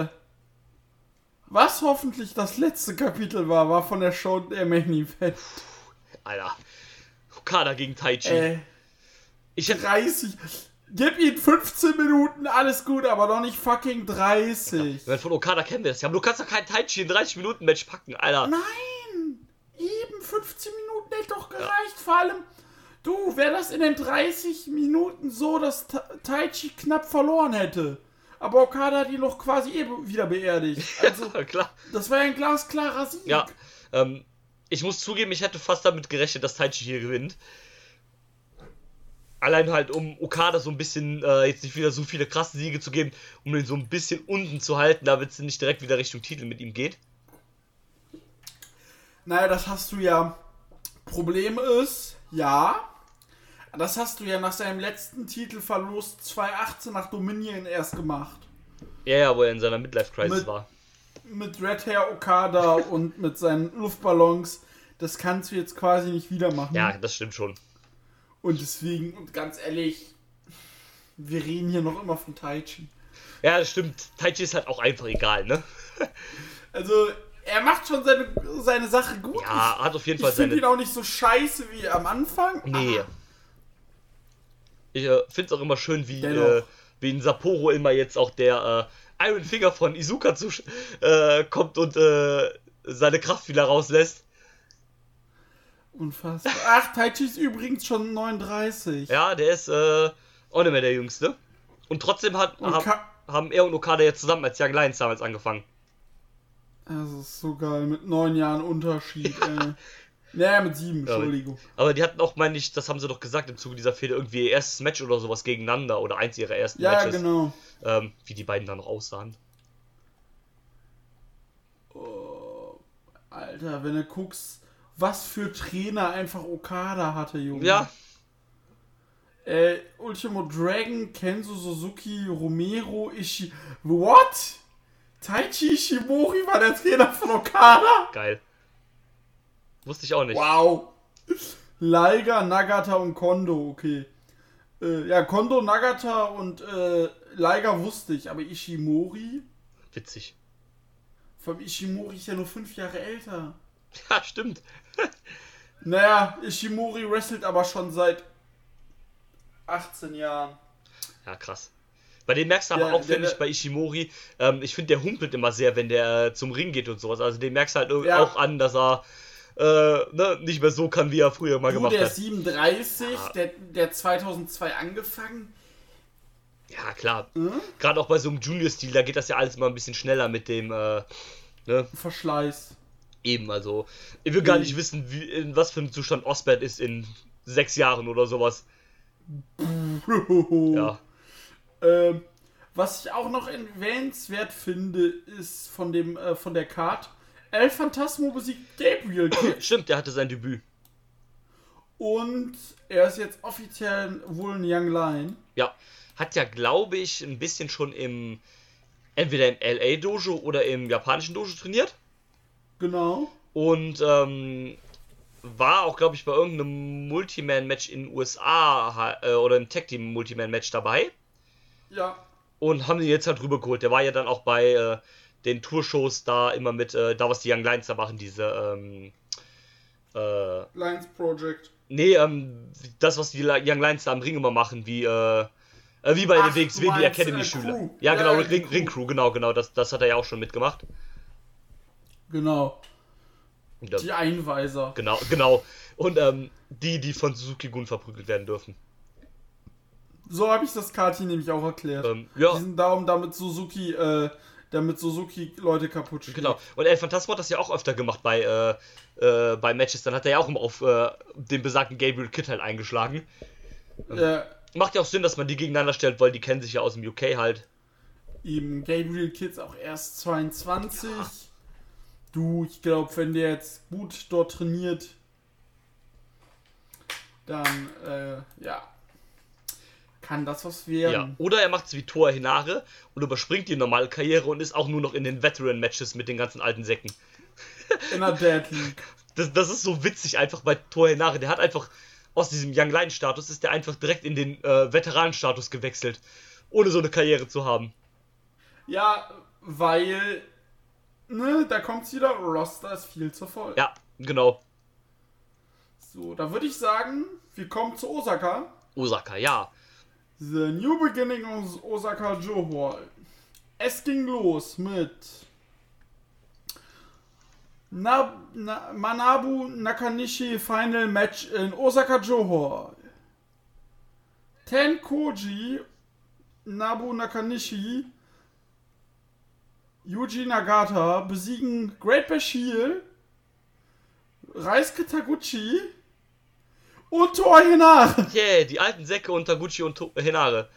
was hoffentlich das letzte Kapitel war von der Show der Main Event. Alter. Okada gegen Taichi. Ich hätte 30. Gib ihm 15 Minuten, alles gut, aber noch nicht fucking 30. Wenn von Okada kennen wir das ja, aber du kannst doch keinen Taichi in 30-Minuten-Match packen, Alter. Nein! Eben 15 Minuten hätte doch gereicht. Vor allem, du, wäre das in den 30 Minuten so, dass Taichi knapp verloren hätte. Aber Okada hat ihn doch quasi wieder beerdigt. Also, Ja, klar. das war ja ein glasklarer Sieg. Ja, ich muss zugeben, ich hätte fast damit gerechnet, dass Taichi hier gewinnt. Allein halt, um Okada so ein bisschen, jetzt nicht wieder so viele krasse Siege zu geben, um ihn so ein bisschen unten zu halten, damit es nicht direkt wieder Richtung Titel mit ihm geht. Naja, das hast du ja. Problem ist, ja, das hast du ja nach seinem letzten Titelverlust 2018 nach Dominion erst gemacht. Ja, wo er in seiner Midlife-Crisis war. Mit Red Hair Okada und mit seinen Luftballons. Das kannst du jetzt quasi nicht wieder machen. Ja, das stimmt schon. Und deswegen, und ganz ehrlich, wir reden hier noch immer von Taichi. Ja, das stimmt. Taichi ist halt auch einfach egal, ne? Also, er macht schon seine Sache gut. Ja, hat auf jeden Fall Ich finde ihn auch nicht so scheiße wie am Anfang. Nee. Ich finde es auch immer schön, wie in Sapporo immer jetzt auch der Iron Finger von Iizuka kommt und seine Kraft wieder rauslässt. Unfassbar. Ach, Taichi ist übrigens schon 39. Ja, der ist auch nicht mehr der Jüngste. Und trotzdem haben er und Okada jetzt zusammen als Young Lions damals angefangen. Das ist so geil, mit 9 Jahren Unterschied, ey. Naja, mit 7, Entschuldigung. Aber die hatten auch, meine ich, das haben sie doch gesagt im Zuge dieser Fehde, irgendwie ihr erstes Match oder sowas gegeneinander oder eins ihrer ersten Matches. Ja, genau. Wie die beiden da noch aussahen. Oh, Alter, wenn du guckst, was für Trainer einfach Okada hatte, Junge. Ja. Ultimo Dragon, Kenzo Suzuki, Romero, What? Taichi Ishimori war der Trainer von Okada? Geil. Wusste ich auch nicht. Wow. Liger, Nagata und Kondo, okay. Ja, Kondo, Nagata und Liger wusste ich, aber Ishimori? Witzig. Vom Ishimori ist ja nur 5 Jahre älter. Ja, stimmt. Naja, Ishimori wrestelt aber schon seit 18 Jahren. Ja, krass. Bei dem merkst du aber auch, finde ich, bei Ishimori, ich finde, der humpelt immer sehr, wenn der zum Ring geht und sowas. Also den merkst du halt auch an, dass er nicht mehr so kann, wie er früher mal gemacht hat. Der ist 37, der 2002 angefangen. Ja, klar. Gerade auch bei so einem Junior-Stil, da geht das ja alles immer ein bisschen schneller mit dem Verschleiß. Eben, also ich will gar nicht wissen, in was für einem Zustand Osbert ist in 6 Jahren oder sowas. Ja. Was ich auch noch erwähnenswert finde, ist von der Card, El Phantasmo besiegt Gabriel Kidd. Stimmt, der hatte sein Debüt. Und er ist jetzt offiziell wohl ein Young Lion. Ja, hat ja, glaube ich, ein bisschen schon entweder im LA Dojo oder im japanischen Dojo trainiert. Genau. Und war auch, glaube ich, bei irgendeinem Multiman-Match in den USA oder im Tag-Team-Multiman-Match dabei. Ja. Und haben ihn jetzt halt rübergeholt. Der war ja dann auch bei den Tourshows da immer mit, da was die Young Lions da machen, diese Lions Project. Nee, das, was die Young Lions da am Ring immer machen, wie bei den WXW, die Academy-Schüler. Ja, genau, Ring Crew, genau, das hat er ja auch schon mitgemacht. Genau. Die Einweiser. Genau. Und die von Suzuki-Gun verprügelt werden dürfen. So habe ich das Kati nämlich auch erklärt. Ja. Die sind da, um damit Suzuki Leute kaputt schlägt. Genau. Und El Phantasmo hat das ja auch öfter gemacht bei Matches. Dann hat er ja auch immer auf den besagten Gabriel Kidd halt eingeschlagen. Macht ja auch Sinn, dass man die gegeneinander stellt, weil die kennen sich ja aus dem UK halt. Eben, Gabriel Kidd auch erst 22. Ja. Du, ich glaube, wenn der jetzt gut dort trainiert, dann, kann das was werden. Ja, oder er macht es wie Toa Henare und überspringt die normale Karriere und ist auch nur noch in den Veteran-Matches mit den ganzen alten Säcken. In der Dead League. Das ist so witzig einfach bei Toa Henare. Der hat einfach aus diesem Young Lion Status ist der einfach direkt in den Veteranenstatus gewechselt, ohne so eine Karriere zu haben. Ja, weil, ne, da kommt's wieder, Roster ist viel zu voll. Ja, genau. So, da würde ich sagen, wir kommen zu Osaka. Osaka, ja. The New Beginning of Osaka Joe Hall. Es ging los mit Manabu Nakanishi Final Match in Osaka Joe Hall. Tenkoji, Nabu Nakanishi, Yuji Nagata besiegen Great Bashir, Reisuke Taguchi und Toa Henare. Yeah, die alten Säcke und Taguchi und Henare.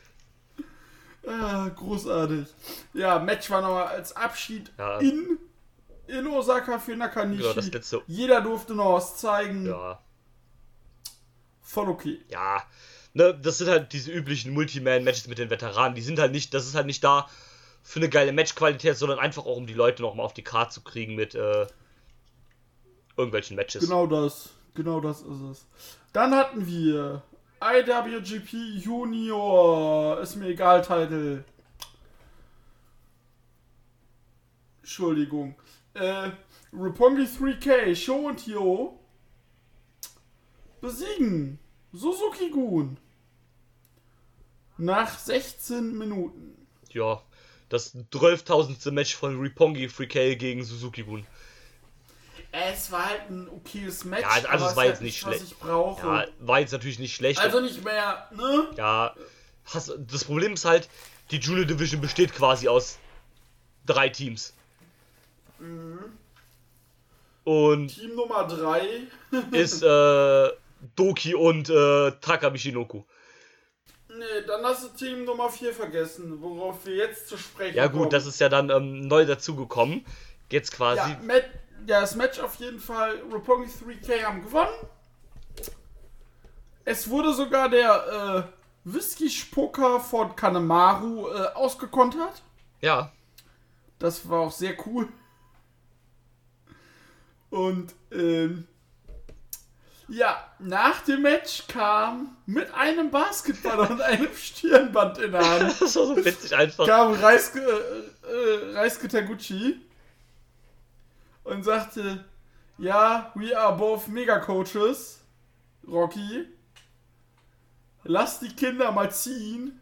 Großartig. Ja, Match war nochmal als Abschied in Osaka für Nakanishi. Genau, das letzte. Jeder durfte noch was zeigen. Ja. Voll okay. Ja, ne, das sind halt diese üblichen Multiman-Matches mit den Veteranen. Die sind halt nicht, das ist halt nicht da für eine geile Matchqualität, sondern einfach auch, um die Leute nochmal auf die Karte zu kriegen mit irgendwelchen Matches. Genau das ist es. Dann hatten wir IWGP Junior, ist mir egal, Titel. Entschuldigung. Roppongi 3K, Sho und Hyo besiegen Suzuki-Gun nach 16 Minuten. Ja, das 12.000. Match von Roppongi 3K gegen Suzuki-Gun. Es war halt ein okayes Match, ja, also es war jetzt nicht schlecht. Was ich brauche. Ja, war jetzt natürlich nicht schlecht. Also nicht mehr, ne? Ja, das Problem ist halt, die Junior Division besteht quasi aus 3 Teams. Mhm. Und Team Nummer 3 ist Doki und Taka Michinoku. Nee, dann hast du Team Nummer 4 vergessen, worauf wir jetzt zu sprechen Ja gut, kommen. das ist ja dann neu dazugekommen. Jetzt quasi. Ja, das Match auf jeden Fall. Roppongi 3K haben gewonnen. Es wurde sogar der Whisky-Spucker von Kanemaru ausgekontert. Ja. Das war auch sehr cool. Und ja, nach dem Match kam mit einem Basketball und einem Stirnband in der Hand. Das war so witzig einfach. Kam Reisuke Taguchi und sagte, ja, we are both Mega-Coaches, Rocky. Lass die Kinder mal ziehen.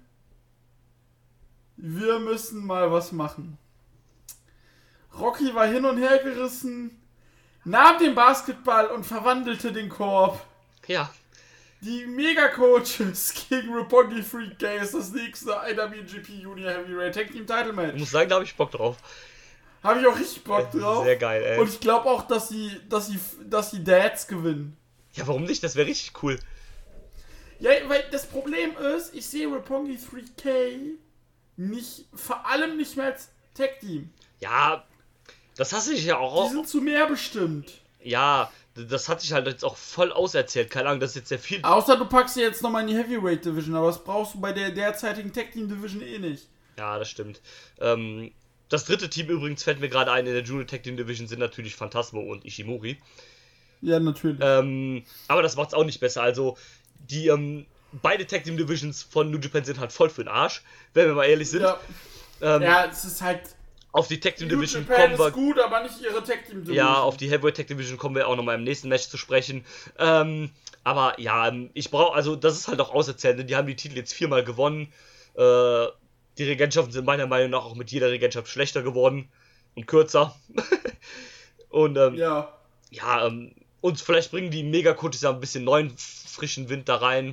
Wir müssen mal was machen. Rocky war hin und her gerissen, nahm den Basketball und verwandelte den Korb. Ja. Die Mega-Coaches gegen Roppongi 3K ist das nächste IWGP Junior Heavyweight Tag Team Title Match. Ich muss sagen, da habe ich Bock drauf. Habe ich auch richtig Bock drauf. Sehr geil, ey. Und ich glaube auch, dass die Dads gewinnen. Ja, warum nicht? Das wäre richtig cool. Ja, weil das Problem ist, ich sehe Roppongi 3K vor allem nicht mehr als Tag Team. Ja, das hat sich ja auch... Die sind zu mehr bestimmt. Ja, das hat sich halt jetzt auch voll auserzählt. Keine Ahnung, das ist jetzt sehr viel... Außer du packst sie jetzt nochmal in die Heavyweight Division, aber das brauchst du bei der derzeitigen Tag Team Division eh nicht. Ja, das stimmt. Das dritte Team übrigens fällt mir gerade ein in der Junior Tag Team Division sind natürlich Phantasmo und Ishimori. Ja, natürlich. Aber das macht's auch nicht besser. Also, die beide Tag Team Divisions von New Japan sind halt voll für den Arsch, wenn wir mal ehrlich sind. Ja, ja, es ist halt... Auf die Tag Team Division New Japan kommen wir... ist gut, aber nicht ihre Tag Team Division. Ja, auf die Heavyweight Tag Division kommen wir auch nochmal im nächsten Match zu sprechen. Aber ja, also das ist halt auch auserzählt. Ne? Die haben die Titel jetzt 4-mal gewonnen. Die Regentschaften sind meiner Meinung nach auch mit jeder Regentschaft schlechter geworden und kürzer. Und ja, und vielleicht bringen die Mega-Coaches ja ein bisschen neuen, frischen Wind da rein.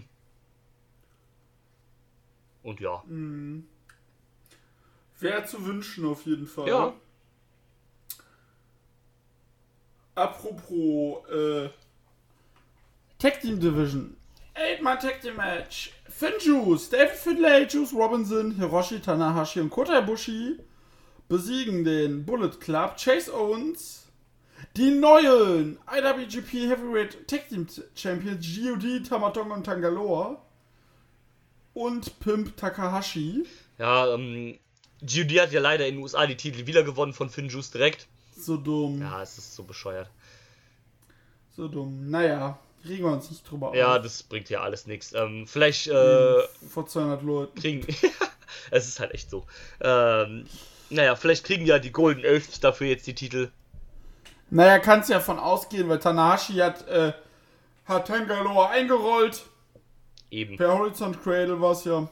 Und ja. wäre zu wünschen auf jeden Fall. Ja. Apropos Tag Team Division. 8-Man Tag Team Match. Finjuice, David Finlay, Juice Robinson, Hiroshi Tanahashi und Kota Ibushi besiegen den Bullet Club, Chase Owens, die neuen IWGP Heavyweight Tag Team Champions GOD, Tamatonga und Tangaloa und Pimp Takahashi. Ja, GOD hat ja leider in den USA die Titel wieder gewonnen von Finjuice direkt. So dumm. Ja, es ist so bescheuert. So dumm. Naja. regen wir uns nicht drüber auf. Ja, das bringt ja alles nichts. Vielleicht vor 200 Leuten. kriegen... Es ist halt echt so. Naja, vielleicht kriegen ja die Golden Elves dafür jetzt die Titel. Naja, kannst ja von ausgehen, weil Tanahashi hat Tangaloa eingerollt. Eben. Per Horizont Cradle war es ja.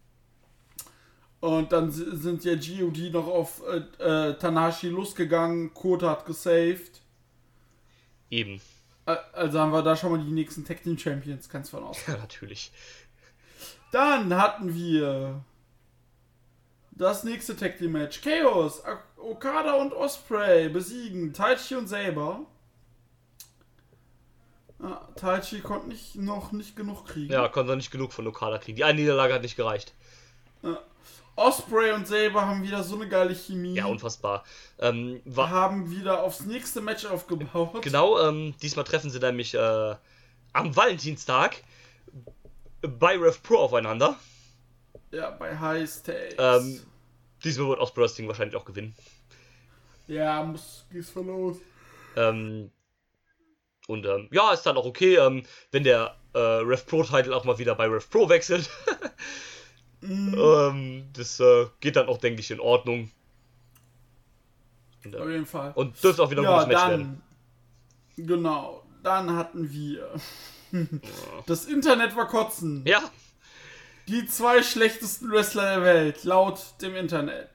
Und dann sind ja GOD noch auf Tanahashi losgegangen. Kota hat gesaved. Eben. Also haben wir da schon mal die nächsten Tag Team Champions, kannst du von ausgehen. Ja, natürlich. Dann hatten wir das nächste Tag Team Match. Chaos, Okada und Ospreay besiegen Taichi und Saber. Taichi konnte noch nicht genug kriegen. Ja, konnte nicht genug von Okada kriegen. Die eine Niederlage hat nicht gereicht. Ospreay und Saber haben wieder so eine geile Chemie. Ja, unfassbar. Haben wieder aufs nächste Match aufgebaut. Genau, diesmal treffen sie nämlich am Valentinstag bei Rev Pro aufeinander. Ja, bei High Stakes. Diesmal wird Ospreay das Ding wahrscheinlich auch gewinnen. Ja, geht's von los. Ja, ist dann auch okay, wenn der Rev Pro Title auch mal wieder bei Rev Pro wechselt. Das geht dann auch, denke ich, in Ordnung. Auf jeden Fall. Und dürfte auch wieder ein gutes Match werden. Genau, dann hatten wir das Internet war kotzen. Ja. Die 2 schlechtesten Wrestler der Welt, laut dem Internet.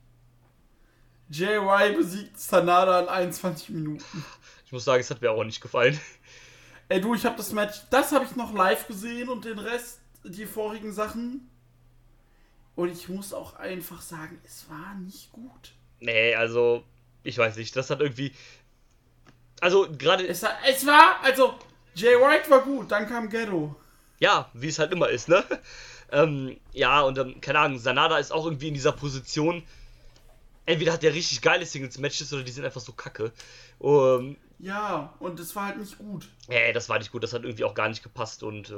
JY besiegt Sanada in 21 Minuten. Ich muss sagen, es hat mir auch nicht gefallen. Ey du, ich habe das Match, das habe ich noch live gesehen und den Rest, die vorigen Sachen. Und ich muss auch einfach sagen, es war nicht gut. Nee, also, ich weiß nicht, das hat irgendwie... Also, gerade... Also, Jay White war gut, dann kam Ghetto. Ja, wie es halt immer ist, ne? Ja, und keine Ahnung, Sanada ist auch irgendwie in dieser Position. Entweder hat der richtig geile Singles-Matches oder die sind einfach so kacke. Ja, und das war halt nicht gut. Nee, das war nicht gut, das hat irgendwie auch gar nicht gepasst und...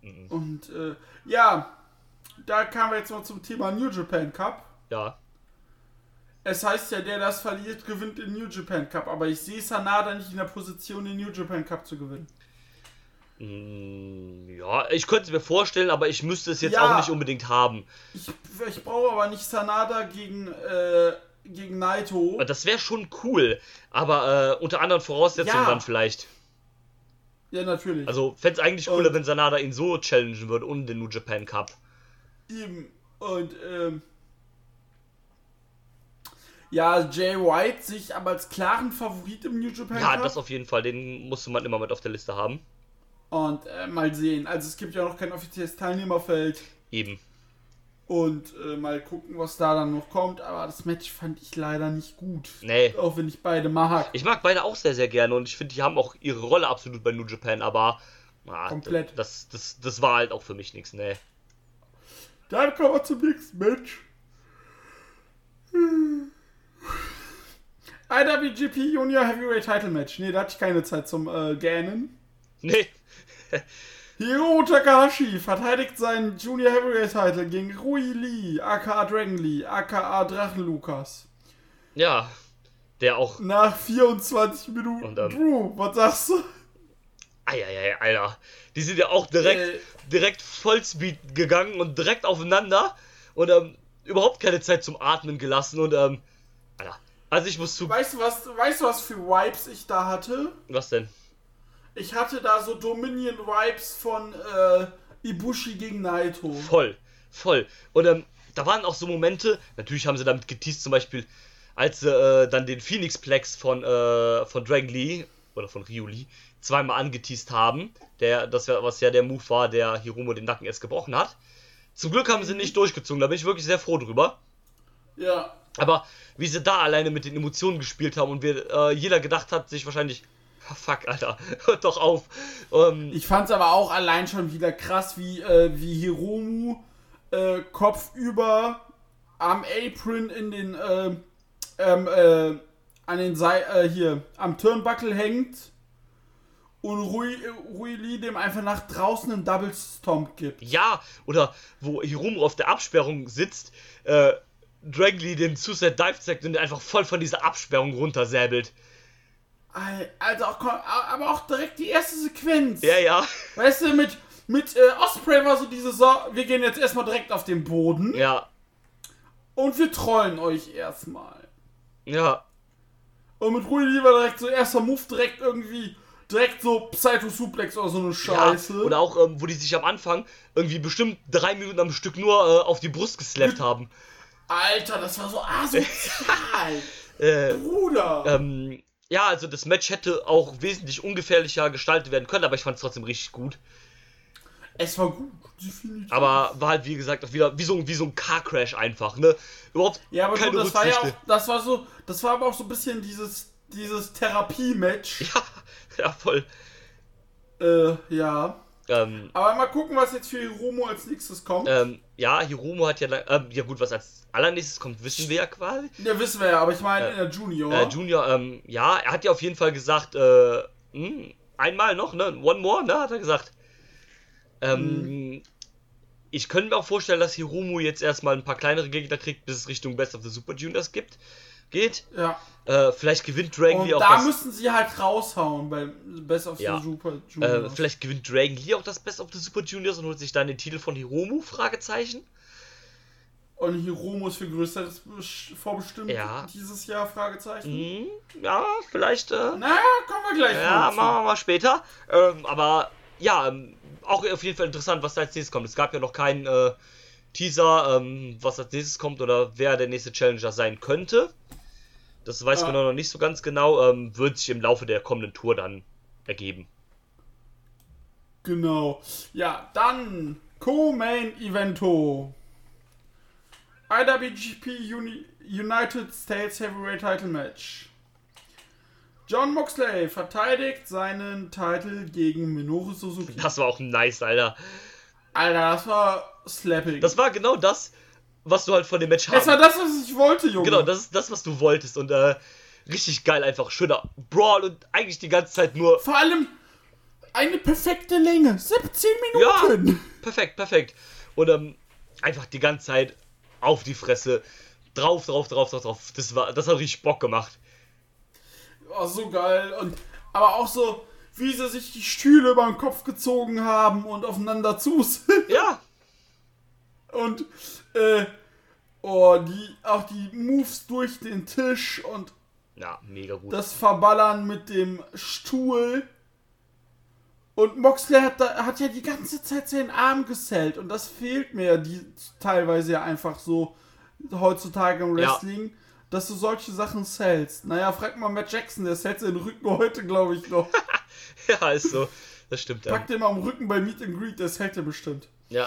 ja, da kamen wir jetzt mal zum Thema New Japan Cup. Ja. Es heißt ja, der das verliert, gewinnt den New Japan Cup, aber ich sehe Sanada nicht in der Position, den New Japan Cup zu gewinnen. Ja, ich könnte es mir vorstellen, aber ich müsste es jetzt auch nicht unbedingt haben. Ich brauche aber nicht Sanada gegen Naito. Das wäre schon cool, aber unter anderen Voraussetzungen dann vielleicht. Ja, natürlich. Also, fände es eigentlich cooler, wenn Sanada ihn so challengen würde und den New Japan Cup. Eben. Und, ja, Jay White sich aber als klaren Favorit im New Japan Cup. Ja, das auf jeden Fall, den musste man immer mit auf der Liste haben. Und mal sehen. Also es gibt ja noch kein offizielles Teilnehmerfeld. Eben. Und mal gucken, was da dann noch kommt. Aber das Match fand ich leider nicht gut. Nee. Auch wenn ich beide mag. Ich mag beide auch sehr, sehr gerne. Und ich finde, die haben auch ihre Rolle absolut bei New Japan. Aber komplett. Das war halt auch für mich nichts, nee. Dann kommen wir zum nächsten Match. IWGP Junior Heavyweight Title Match. Nee, da hatte ich keine Zeit zum Gähnen. Nee. Hiromu Takahashi verteidigt seinen Junior Heavyweight Title gegen Rui Lee, aka Dragon Lee, aka Drachen Lukas. Ja, der auch... Nach 24 Minuten. Und, Drew, was sagst du? Eieiei, Alter. Die sind ja auch direkt Vollspeed gegangen und direkt aufeinander und überhaupt keine Zeit zum Atmen gelassen und Alter. Also ich muss zu... Weißt du, was für Vibes ich da hatte? Was denn? Ich hatte da so Dominion-Vibes von Ibushi gegen Naito. Voll. Und da waren auch so Momente, natürlich haben sie damit geteased, zum Beispiel, als sie dann den Phoenix-Plex von Dragon Lee, oder von Ryu Lee, zweimal angeteased haben. Was ja der Move war, der Hiromu den Nacken erst gebrochen hat. Zum Glück haben sie nicht durchgezogen, da bin ich wirklich sehr froh drüber. Ja. Aber wie sie da alleine mit den Emotionen gespielt haben und jeder gedacht hat, sich wahrscheinlich... Fuck, Alter, hört doch auf. Ich fand's aber auch allein schon wieder krass, wie Hiromu kopfüber am Apron in den am Turnbuckle hängt und Rui Lee dem einfach nach draußen einen Double Stomp gibt. Ja, oder wo Hiromu auf der Absperrung sitzt, Dragon Lee den Suicide Dive zeigt und den einfach voll von dieser Absperrung runtersäbelt. Also aber auch direkt die erste Sequenz. Ja. Weißt du, mit Osprey war so diese wir gehen jetzt erstmal direkt auf den Boden. Ja. Und wir trollen euch erstmal. Ja. Und mit Rudy Lee war direkt so erster Move direkt so Psycho-Suplex oder so eine Scheiße. Ja, oder auch, wo die sich am Anfang irgendwie bestimmt 3 Minuten am Stück nur auf die Brust geslappt haben. Alter, das war so asozial. Bruder. Ja, also das Match hätte auch wesentlich ungefährlicher gestaltet werden können, aber ich fand es trotzdem richtig gut. Es war gut, definitiv. Aber war halt, wie gesagt, auch wieder wie so ein Car-Crash einfach, ne? Überhaupt keine das war ja auch, das war aber auch so ein bisschen dieses Therapie-Match. Ja, voll. Ja. Aber mal gucken, was jetzt für Hiromu als nächstes kommt. Ja, Hiromu hat ja gut, was als allernächstes kommt, wissen wir ja quasi. Ja, wissen wir ja, aber ich meine in der Junior. Junior, ja, er hat ja auf jeden Fall gesagt, einmal noch, ne, one more, ne, hat er gesagt. Ich könnte mir auch vorstellen, dass Hiromu jetzt erstmal ein paar kleinere Gegner kriegt, bis es Richtung Best of the Super Juniors geht. Ja. Vielleicht gewinnt Dragon Lee auch da müssen sie halt raushauen beim Best of the Super Juniors. Vielleicht gewinnt Dragon Lee auch das Best of the Super Juniors und holt sich dann den Titel von Hiromu, Fragezeichen. Und Hiromu ist für Größeres vorbestimmt dieses Jahr, Fragezeichen. Ja, vielleicht. Kommen wir gleich. Ja, machen wir mal später. Aber ja, auch auf jeden Fall interessant, was da als nächstes kommt. Es gab ja noch keinen Teaser, was als nächstes kommt oder wer der nächste Challenger sein könnte. Das weiß man noch nicht so ganz genau. Wird sich im Laufe der kommenden Tour dann ergeben. Genau. Ja, dann Co-Main Evento. IWGP United States Heavyweight Title Match. Jon Moxley verteidigt seinen Titel gegen Minoru Suzuki. Das war auch nice, Alter. Alter, das war slapping. Das war genau das, was du halt von dem Match hast. Das war das, was ich wollte, Junge. Genau, das ist das, was du wolltest. Und richtig geil, einfach schöner Brawl und eigentlich die ganze Zeit nur... Vor allem eine perfekte Länge. 17 Minuten. Ja, perfekt. Und einfach die ganze Zeit auf die Fresse. Drauf. Das hat richtig Bock gemacht. Oh, so geil. Aber auch so, wie sie sich die Stühle über den Kopf gezogen haben und aufeinander zu sind. Ja. Und, auch die Moves durch den Tisch und ja, mega gut. Das Verballern mit dem Stuhl. Und Moxley hat ja die ganze Zeit seinen Arm gesellt. Und das fehlt mir teilweise ja einfach so heutzutage im Wrestling, dass du solche Sachen sellst. Naja, frag mal Matt Jackson, der sellt seinen Rücken heute, glaube ich, noch. Ja, ist so. Das stimmt. Pack den mal am Rücken bei Meet and Greet, der sellt er bestimmt. Ja.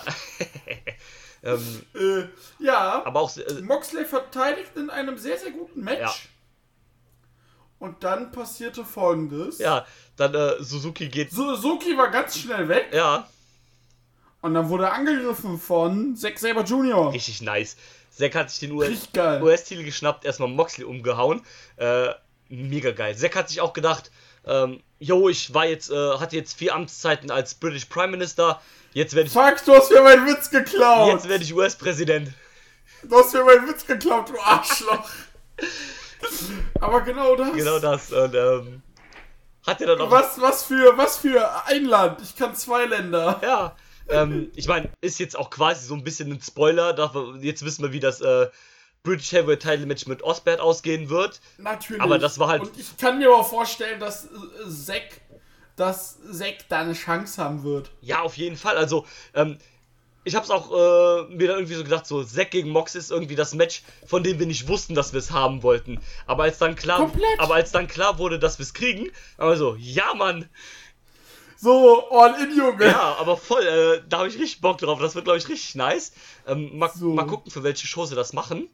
Aber auch Moxley verteidigt in einem sehr, sehr guten Match. Ja. Und dann passierte Folgendes. Ja, dann Suzuki war ganz schnell weg. Ja. Und dann wurde er angegriffen von Zack Sabre Jr. Richtig nice. Zack hat sich den US-Titel geschnappt, erstmal Moxley umgehauen. Mega geil. Zack hat sich auch gedacht, ich hatte jetzt 4 Amtszeiten als British Prime Minister. Jetzt werde ich... Fuck, du hast mir meinen Witz geklaut. Jetzt werde ich US-Präsident. Du hast mir meinen Witz geklaut, du Arschloch. Aber genau das. Genau das. Und hat er dann auch... Was für ein Land? Ich kann 2 Länder. Ja. Ich meine, ist jetzt auch quasi so ein bisschen ein Spoiler. Jetzt wissen wir, wie das British Heavyweight Title Match mit Osbert ausgehen wird. Natürlich. Aber das war halt... Und ich kann mir aber vorstellen, dass Zack da eine Chance haben wird. Ja, auf jeden Fall. Also, ich hab's auch mir dann irgendwie so gedacht, so Zack gegen Mox ist irgendwie das Match, von dem wir nicht wussten, dass wir es haben wollten. Aber als dann klar wurde, dass wir es kriegen, aber so, ja, Mann. So, all in, Junge. Ja, aber voll, da habe ich richtig Bock drauf. Das wird, glaube ich, richtig nice. Mal gucken, für welche Show sie das machen.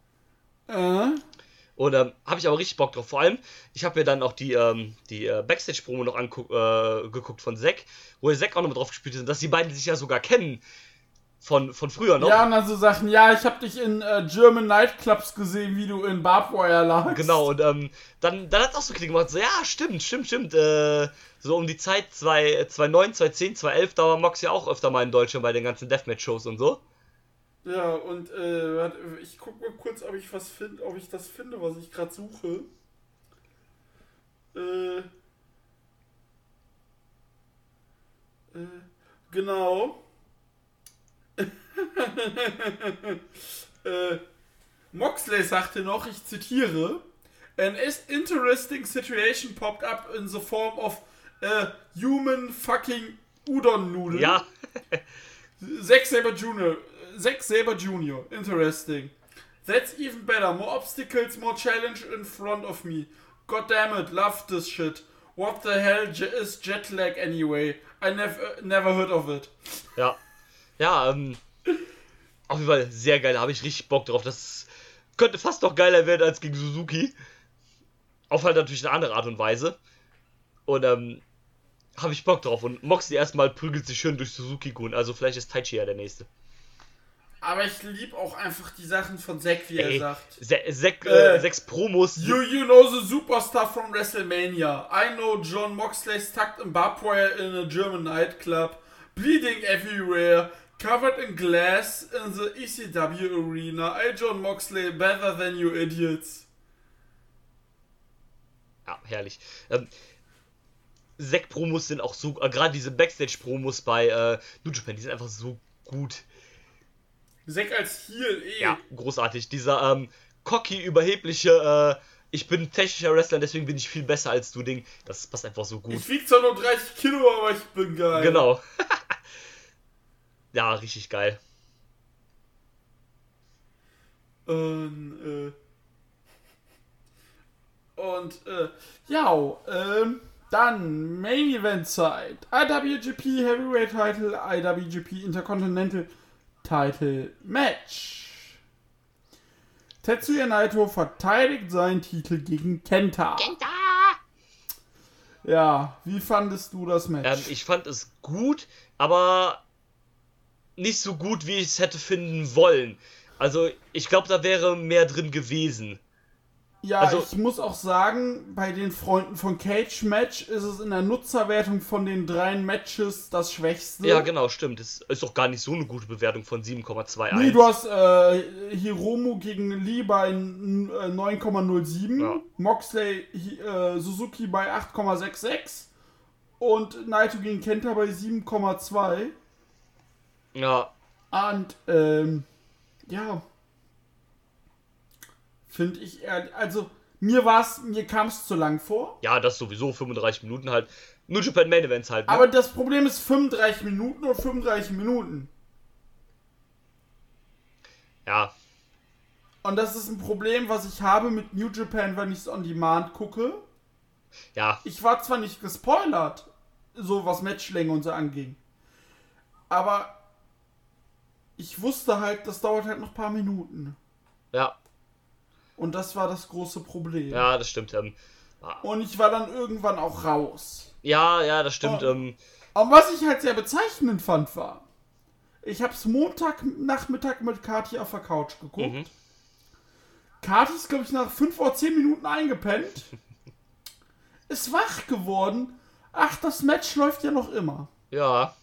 Und habe ich aber richtig Bock drauf. Vor allem, ich habe mir dann auch die Backstage-Promo noch geguckt von Zack, wo der Zack auch noch drauf gespielt ist, und dass die beiden sich ja sogar kennen. Von früher noch. Ja, und dann so Sachen, ja, ich habe dich in German Nightclubs gesehen, wie du in Barbed Wire lagst. Genau, und dann hat es auch so Klick gemacht, so, ja, stimmt. So um die Zeit 2009, 2010, 2011, da war Mox ja auch öfter mal in Deutschland bei den ganzen Deathmatch-Shows und so. Ja, und ich guck mal kurz, ob ich das finde, was ich gerade suche. Genau. Moxley sagte noch, ich zitiere, an interesting situation popped up in the form of a human fucking udon noodle. Ja. Zack Sabre Jr. Interesting. That's even better. More obstacles, more challenge in front of me. God damn it, love this shit. What the hell is Jetlag anyway? I never heard of it. Ja. Ja, auf jeden Fall sehr geil. Da habe ich richtig Bock drauf. Das könnte fast noch geiler werden als gegen Suzuki. Auf halt natürlich eine andere Art und Weise. Und habe ich Bock drauf. Und Moxley erstmal prügelt sich schön durch Suzuki-Gun. Also vielleicht ist Taichi ja der nächste. Aber ich liebe auch einfach die Sachen von Zack, wie er sagt. Sechs Promos. You know the superstar from WrestleMania. I know John Moxley stuck in barbed wire in a German nightclub. Bleeding everywhere. Covered in glass in the ECW arena. I, John Moxley, better than you idiots. Ja, herrlich. Zack-Promos sind auch so, gerade diese Backstage-Promos bei New Japan, die sind einfach so gut. Zack als Heel, Ja, großartig. Dieser cocky, überhebliche, ich bin ein technischer Wrestler, deswegen bin ich viel besser als du Ding. Das passt einfach so gut. Ich wieg zwar nur 30 Kilo, aber ich bin geil. Genau. Ja, richtig geil. Dann Main Event Zeit. IWGP Heavyweight Title, IWGP Intercontinental Title Match. Tetsuya Naito verteidigt seinen Titel gegen Kenta. Ja, wie fandest du das Match? Ich fand es gut, aber nicht so gut, wie ich es hätte finden wollen. Also, ich glaube, da wäre mehr drin gewesen. Ja, also, ich muss auch sagen, bei den Freunden von Cage Match ist es in der Nutzerwertung von den 3 Matches das schwächste. Ja, genau, stimmt. Das ist auch gar nicht so eine gute Bewertung von 7,21. Nee, du hast Hiromu gegen Lee bei 9,07, ja. Moxley, Suzuki bei 8,66 und Naito gegen Kenta bei 7,2. Ja. Und, ja... Finde ich ehrlich, also mir kam es zu lang vor. Ja, das sowieso, 35 Minuten halt. New Japan Main Events halt. Ne? Aber das Problem ist 35 Minuten oder 35 Minuten. Ja. Und das ist ein Problem, was ich habe mit New Japan, wenn ich es on Demand gucke. Ja. Ich war zwar nicht gespoilert, so was Matchlänge und so anging. Aber ich wusste halt, das dauert halt noch ein paar Minuten. Ja. Und das war das große Problem. Ja, das stimmt. Und ich war dann irgendwann auch raus. Ja, das stimmt. Und was ich halt sehr bezeichnend fand, war, ich habe es Montagnachmittag mit Kati auf der Couch geguckt. Mhm. Kati ist, glaube ich, nach 5 oder 10 Minuten eingepennt. Ist wach geworden. Ach, das Match läuft ja noch immer. Ja.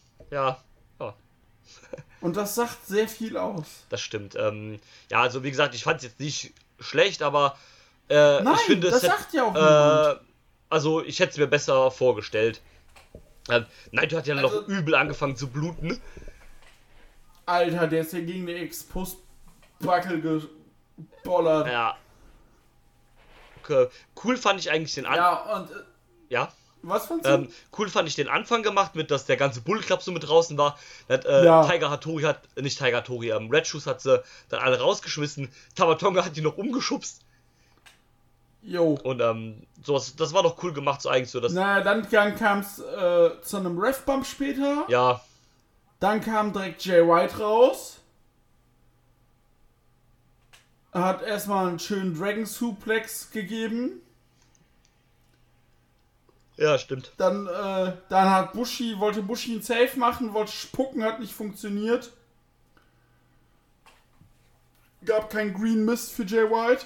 Und das sagt sehr viel aus. Das stimmt. Ja, also wie gesagt, ich fand es jetzt nicht schlecht, aber nein, ich finde, das sagt ja auch niemand. Also ich hätte es mir besser vorgestellt. Naito hat ja noch übel angefangen zu bluten. Alter, der ist ja gegen den Expostbackel gebollert. Ja. Okay. Cool fand ich eigentlich den Ja, und... ja? Was fandst du? Cool fand ich den Anfang gemacht, mit dass der ganze Bull Club so mit draußen war. Red Shoes hat sie dann alle rausgeschmissen. Tamatonga hat die noch umgeschubst. Jo. Und sowas, das war doch cool gemacht, so eigentlich so. Dann kam es zu einem Ref-Bump später. Ja. Dann kam direkt Jay White raus. Er hat erstmal einen schönen Dragon Suplex gegeben. Ja, stimmt. Dann hat wollte Bushi einen Save machen, wollte spucken, hat nicht funktioniert. Gab kein Green Mist für Jay White.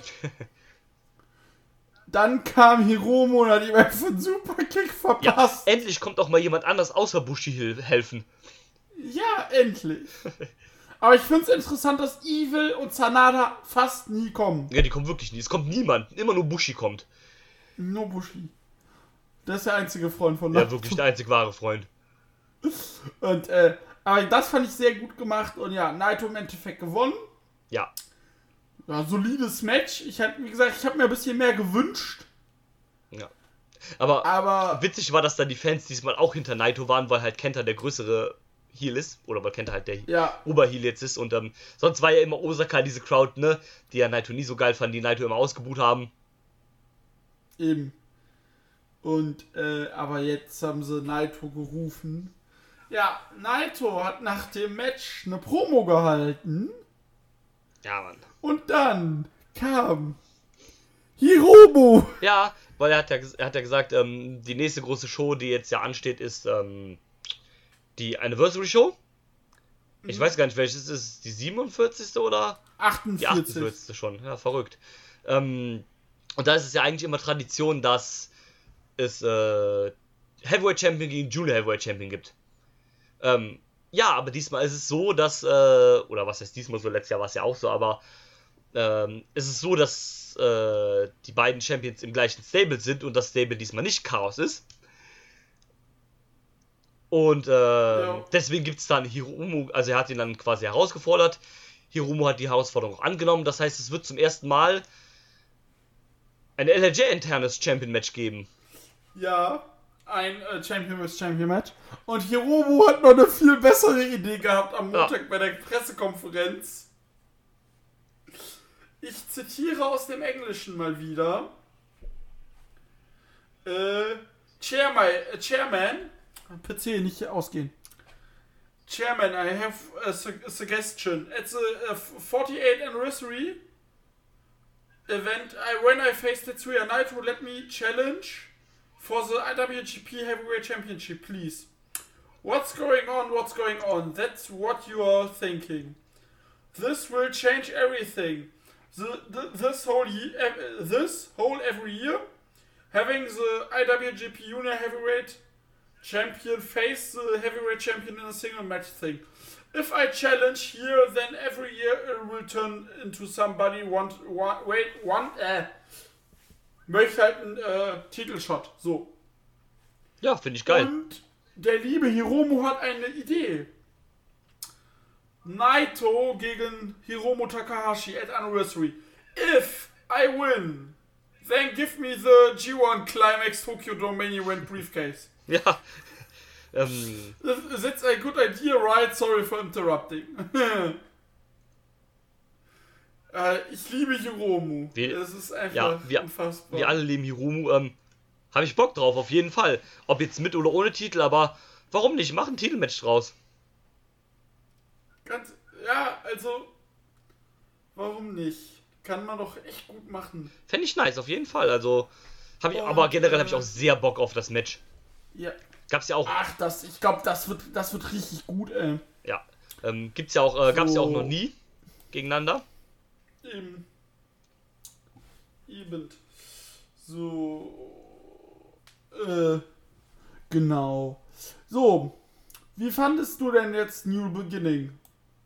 Dann kam Hiromu und hat ihm einfach einen Superkick verpasst. Ja, endlich kommt auch mal jemand anders außer Bushi helfen. Ja, endlich. Aber ich finde es interessant, dass Evil und Sanada fast nie kommen. Ja, die kommen wirklich nie. Es kommt niemand. Immer nur Bushi kommt. Nur Bushi. Das ist der einzige Freund von Naito. Ja, wirklich der einzig wahre Freund. Und, aber das fand ich sehr gut gemacht und ja, Naito im Endeffekt gewonnen. Ja. Ja, solides Match. Wie gesagt, ich habe mir ein bisschen mehr gewünscht. Ja. Aber witzig war, dass dann die Fans diesmal auch hinter Naito waren, weil halt Kenta der größere Heel ist. Oder weil Kenta halt der Oberheel jetzt ist. Und sonst war ja immer Osaka diese Crowd, ne? Die ja Naito nie so geil fanden, die Naito immer ausgebuht haben. Eben. Und, aber jetzt haben sie Naito gerufen. Ja, Naito hat nach dem Match eine Promo gehalten. Ja, Mann. Und dann kam Hiromu. Ja, weil er hat ja gesagt, die nächste große Show, die jetzt ja ansteht, ist die Anniversary Show. Ich weiß gar nicht, welches ist die 47. oder? 48. Die 48. schon, ja, verrückt. Und da ist es ja eigentlich immer Tradition, dass es Heavyweight Champion gegen Junior Heavyweight Champion gibt. Ja, aber diesmal ist es so, dass, oder was heißt diesmal so, letztes Jahr war es ja auch so, aber es ist so, dass die beiden Champions im gleichen Stable sind und das Stable diesmal nicht Chaos ist. Und deswegen gibt es dann Hiromu, also er hat ihn dann quasi herausgefordert. Hiromu hat die Herausforderung angenommen, das heißt, es wird zum ersten Mal ein LRJ-internes Champion-Match geben. Ja, ein Champion vs. Champion-Match. Und Hiromu hat noch eine viel bessere Idee gehabt am Montag bei der Pressekonferenz. Ich zitiere aus dem Englischen mal wieder. Chairman, PC nicht ausgehen. Chairman, I have a suggestion. At the 48th anniversary event, when I face Tetsuya Naito, let me challenge for the IWGP Heavyweight Championship, please. What's going on? That's what you are thinking. This will change everything. This whole every year, having the IWGP Junior Heavyweight Champion face the Heavyweight Champion in a single match thing. If I challenge here, then every year it will turn into somebody möchte halt einen Titelshot. So. Ja, finde ich geil. Und der liebe Hiromu hat eine Idee. Naito gegen Hiromu Takahashi at Anniversary. If I win, then give me the G1 Climax Tokyo Dome Main Event Briefcase. Ja. That's a good idea, right? Sorry for interrupting. Ich liebe Hiromu. Das ist einfach unfassbar. Wir alle lieben Hiromu. Habe ich Bock drauf, auf jeden Fall. Ob jetzt mit oder ohne Titel, aber warum nicht? Mach ein Titelmatch draus. Also, warum nicht? Kann man doch echt gut machen. Fände ich nice, auf jeden Fall. Also, aber generell habe ich auch sehr Bock auf das Match. Ja. Gab's ja auch. Ich glaube, das wird richtig gut, ey. Ja. Gab's ja auch noch nie gegeneinander. Eben. So. Genau. So. Wie fandest du denn jetzt New Beginning?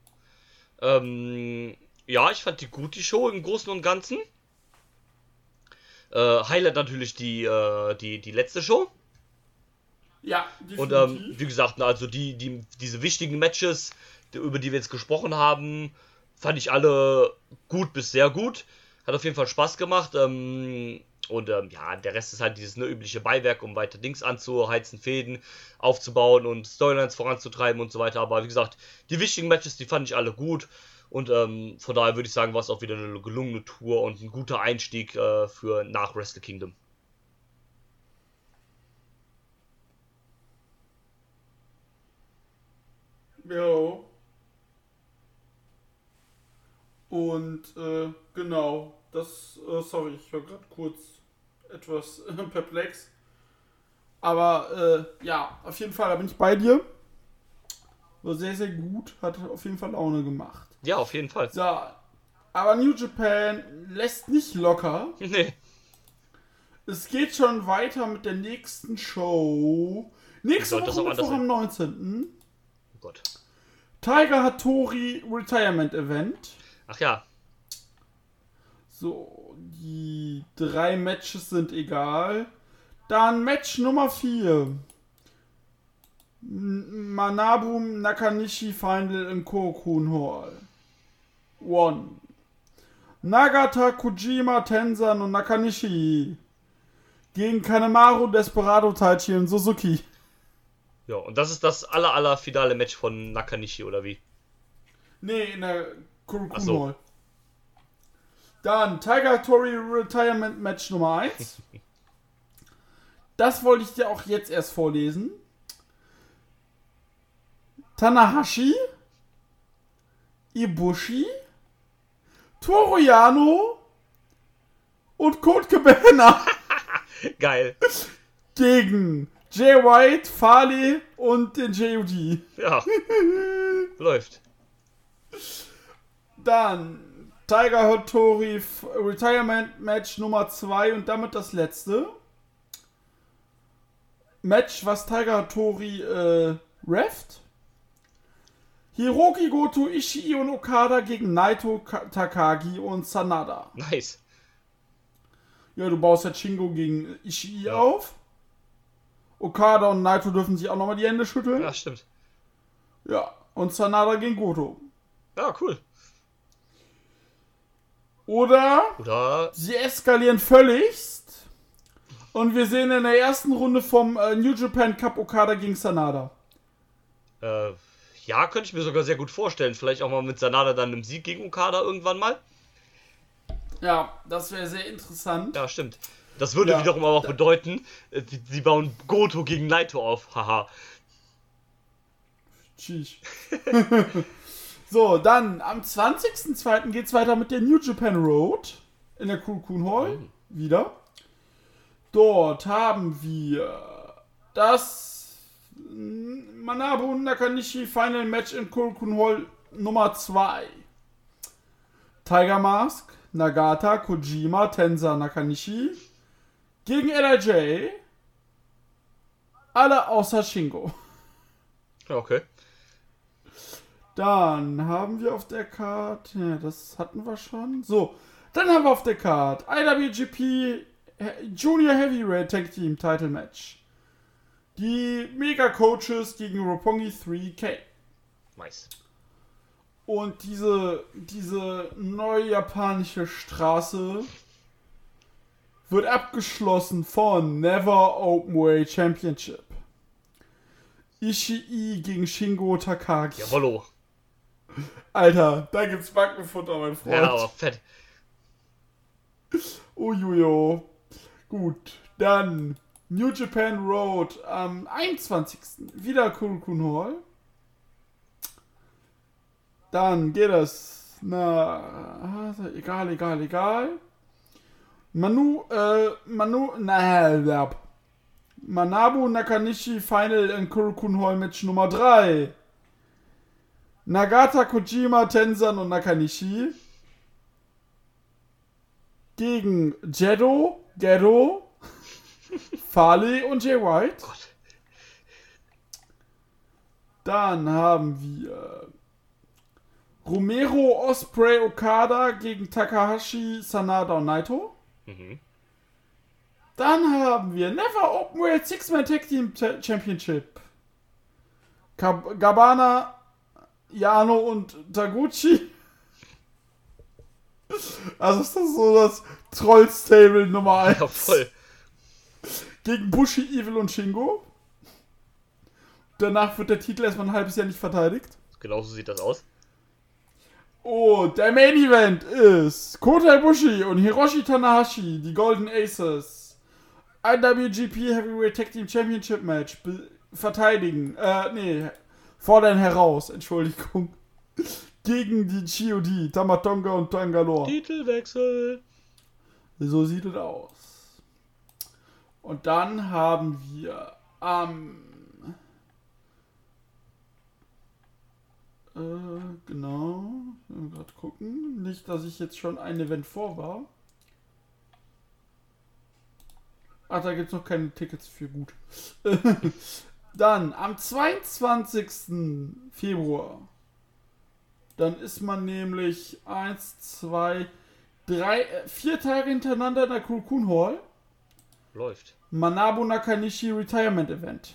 Ja, ich fand die gut, die Show im Großen und Ganzen. Highlight natürlich die letzte Show. Ja, definitiv. Und wie gesagt, also diese wichtigen Matches, über die wir jetzt gesprochen haben, fand ich alle gut bis sehr gut. Hat auf jeden Fall Spaß gemacht. Ja, der Rest ist halt dieses übliche Beiwerk, um weiter Dings anzuheizen, Fäden aufzubauen und Storylines voranzutreiben und so weiter. Aber wie gesagt, die wichtigen Matches, die fand ich alle gut. Und von daher würde ich sagen, war es auch wieder eine gelungene Tour und ein guter Einstieg für nach Wrestle Kingdom. Ja. Und genau, sorry, ich war gerade kurz etwas perplex. Aber ja, auf jeden Fall, da bin ich bei dir. War sehr, sehr gut, hat auf jeden Fall Laune gemacht. Ja, auf jeden Fall. So, aber New Japan lässt nicht locker. Nee. Es geht schon weiter mit der nächsten Show. Nächste Woche am 19. Oh Gott. Tiger Hattori Retirement Event. Ach ja. So, die 3 Matches sind egal. Dann Match Nummer 4. Manabu Nakanishi Final in Korakuen Hall. 1. Nagata, Kojima, Tenzan und Nakanishi gegen Kanemaru, Desperado, Taichi und Suzuki. Ja, und das ist das aller finale Match von Nakanishi, oder wie? Nee, in der Korakuen Hall. Dann Tiger Hattori Retirement Match Nummer 1. Das wollte ich dir auch jetzt erst vorlesen. Tanahashi, Ibushi, Toru Yano und Colt Cabana. Geil. Gegen Jay White, Farley und den JUD. Ja. Läuft. Dann Tiger Hattori Retirement Match Nummer 2 und damit das letzte Match, was Tiger Hattori reft. Hiroki Goto, Ishii und Okada gegen Naito, Takagi und Sanada. Nice. Ja, du baust jetzt Shingo gegen Ishii auf. Okada und Naito dürfen sich auch nochmal die Hände schütteln. Ja, stimmt. Ja, und Sanada gegen Goto. Ja, cool. Oder sie eskalieren völligst und wir sehen in der ersten Runde vom New Japan Cup Okada gegen Sanada. Ja, könnte ich mir sogar sehr gut vorstellen. Vielleicht auch mal mit Sanada dann im Sieg gegen Okada irgendwann mal. Ja, das wäre sehr interessant. Ja, stimmt. Das würde wiederum aber auch bedeuten, sie bauen Goto gegen Naito auf. Haha. Tschüss. So, dann am 20.02. geht's weiter mit der New Japan Road in der Korakuen Hall. Wieder. Dort haben wir das Manabu Nakanishi Final Match in Korakuen Hall Nummer 2. Tiger Mask, Nagata, Kojima, Tenzan, Nakanishi gegen LIJ. Alle außer Shingo. Okay. Dann haben wir auf der Card, ja, das hatten wir schon. So, dann haben wir auf der Card IWGP Junior Heavyweight Tag Team Title Match. Die Mega Coaches gegen Roppongi 3K. Nice. Und diese neue japanische Straße wird abgeschlossen von Never Openweight Championship. Ishii gegen Shingo Takagi. Jawollo. Alter, da gibt's Backenfutter, mein Freund. Ja, aber fett. Ujujo. Gut, dann New Japan Road am 21. Wieder Korakuen Hall. Dann geht es egal. Manabu Nakanishi Final in Korakuen Hall Match Nummer 3. Nagata, Kojima, Tenzan und Nakanishi gegen Gedo, Farley und Jay White. Gott. Dann haben wir Romero, Ospreay, Okada gegen Takahashi, Sanada und Naito. Mhm. Dann haben wir Never Openweight Six-Man Tag Team Championship. Gabana, Yano und Taguchi. Also ist das so das Troll-Stable Nummer 1. Ja, voll. Gegen Bushi, Evil und Shingo. Danach wird der Titel erstmal ein halbes Jahr nicht verteidigt. Genauso sieht das aus. Oh, der Main Event ist Kota Ibushi und Hiroshi Tanahashi, die Golden Aces. IWGP Heavyweight Tag Team Championship Match verteidigen. Fordern heraus, Entschuldigung. Gegen die GOD, Tamatonga und Tangalore. Titelwechsel. So sieht es aus. Und dann haben wir genau. Gerade gucken. Nicht, dass ich jetzt schon ein Event vor war. Ach, da gibt es noch keine Tickets für, gut. Dann am 22. Februar. Dann ist man nämlich 4 Tage hintereinander in der Korakuen Hall. Läuft. Manabu Nakanishi Retirement Event.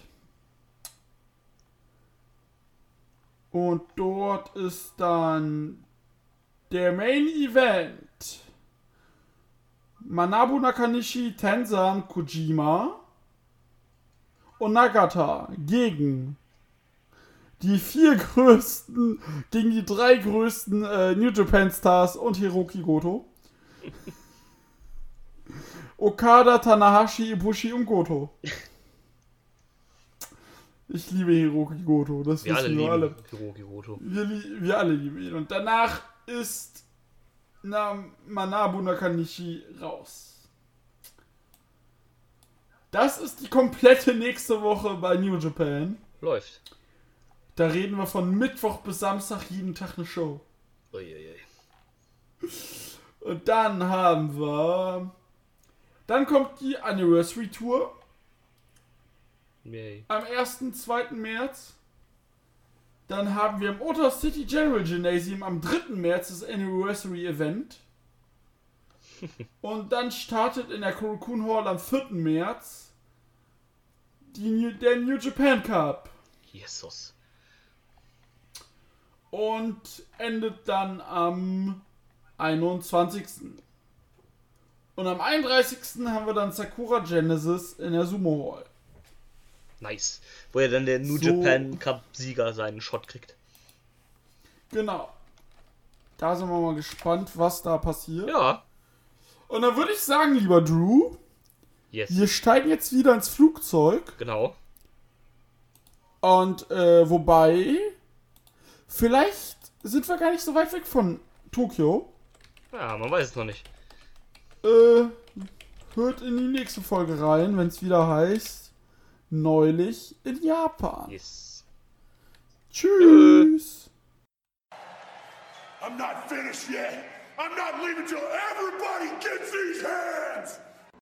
Und dort ist dann der Main Event. Manabu Nakanishi, Tenzan, Kojima und Nagata gegen die 4 größten, gegen die 3 größten New Japan Stars und Hiroki Goto. Okada, Tanahashi, Ibushi und Goto. Ich liebe Hiroki Goto, das wissen wir alle. Hiroki Goto. Wir alle lieben ihn. Und danach ist Manabu Nakanishi raus. Das ist die komplette nächste Woche bei New Japan. Läuft. Da reden wir von Mittwoch bis Samstag jeden Tag eine Show. Uiuiui. Und dann haben wir... Dann kommt die Anniversary Tour. Yay. Am 1. und 2. März. Dann haben wir im Ota City General Gymnasium am 3. März das Anniversary Event. Und dann startet in der Korakuen Hall am 4. März der New Japan Cup. Jesus. Und endet dann am 21. Und am 31. haben wir dann Sakura Genesis in der Sumo Hall. Nice. Wo ja dann der New Japan Cup Sieger seinen Shot kriegt. Genau. Da sind wir mal gespannt, was da passiert. Ja. Und dann würde ich sagen, lieber Drew, wir steigen jetzt wieder ins Flugzeug. Genau. Und wobei, vielleicht sind wir gar nicht so weit weg von Tokio. Ja, man weiß es noch nicht. Hört in die nächste Folge rein, wenn es wieder heißt, neulich in Japan. Yes. Tschüss. I'm not finished yet. I'm not leaving till everybody gets these hands.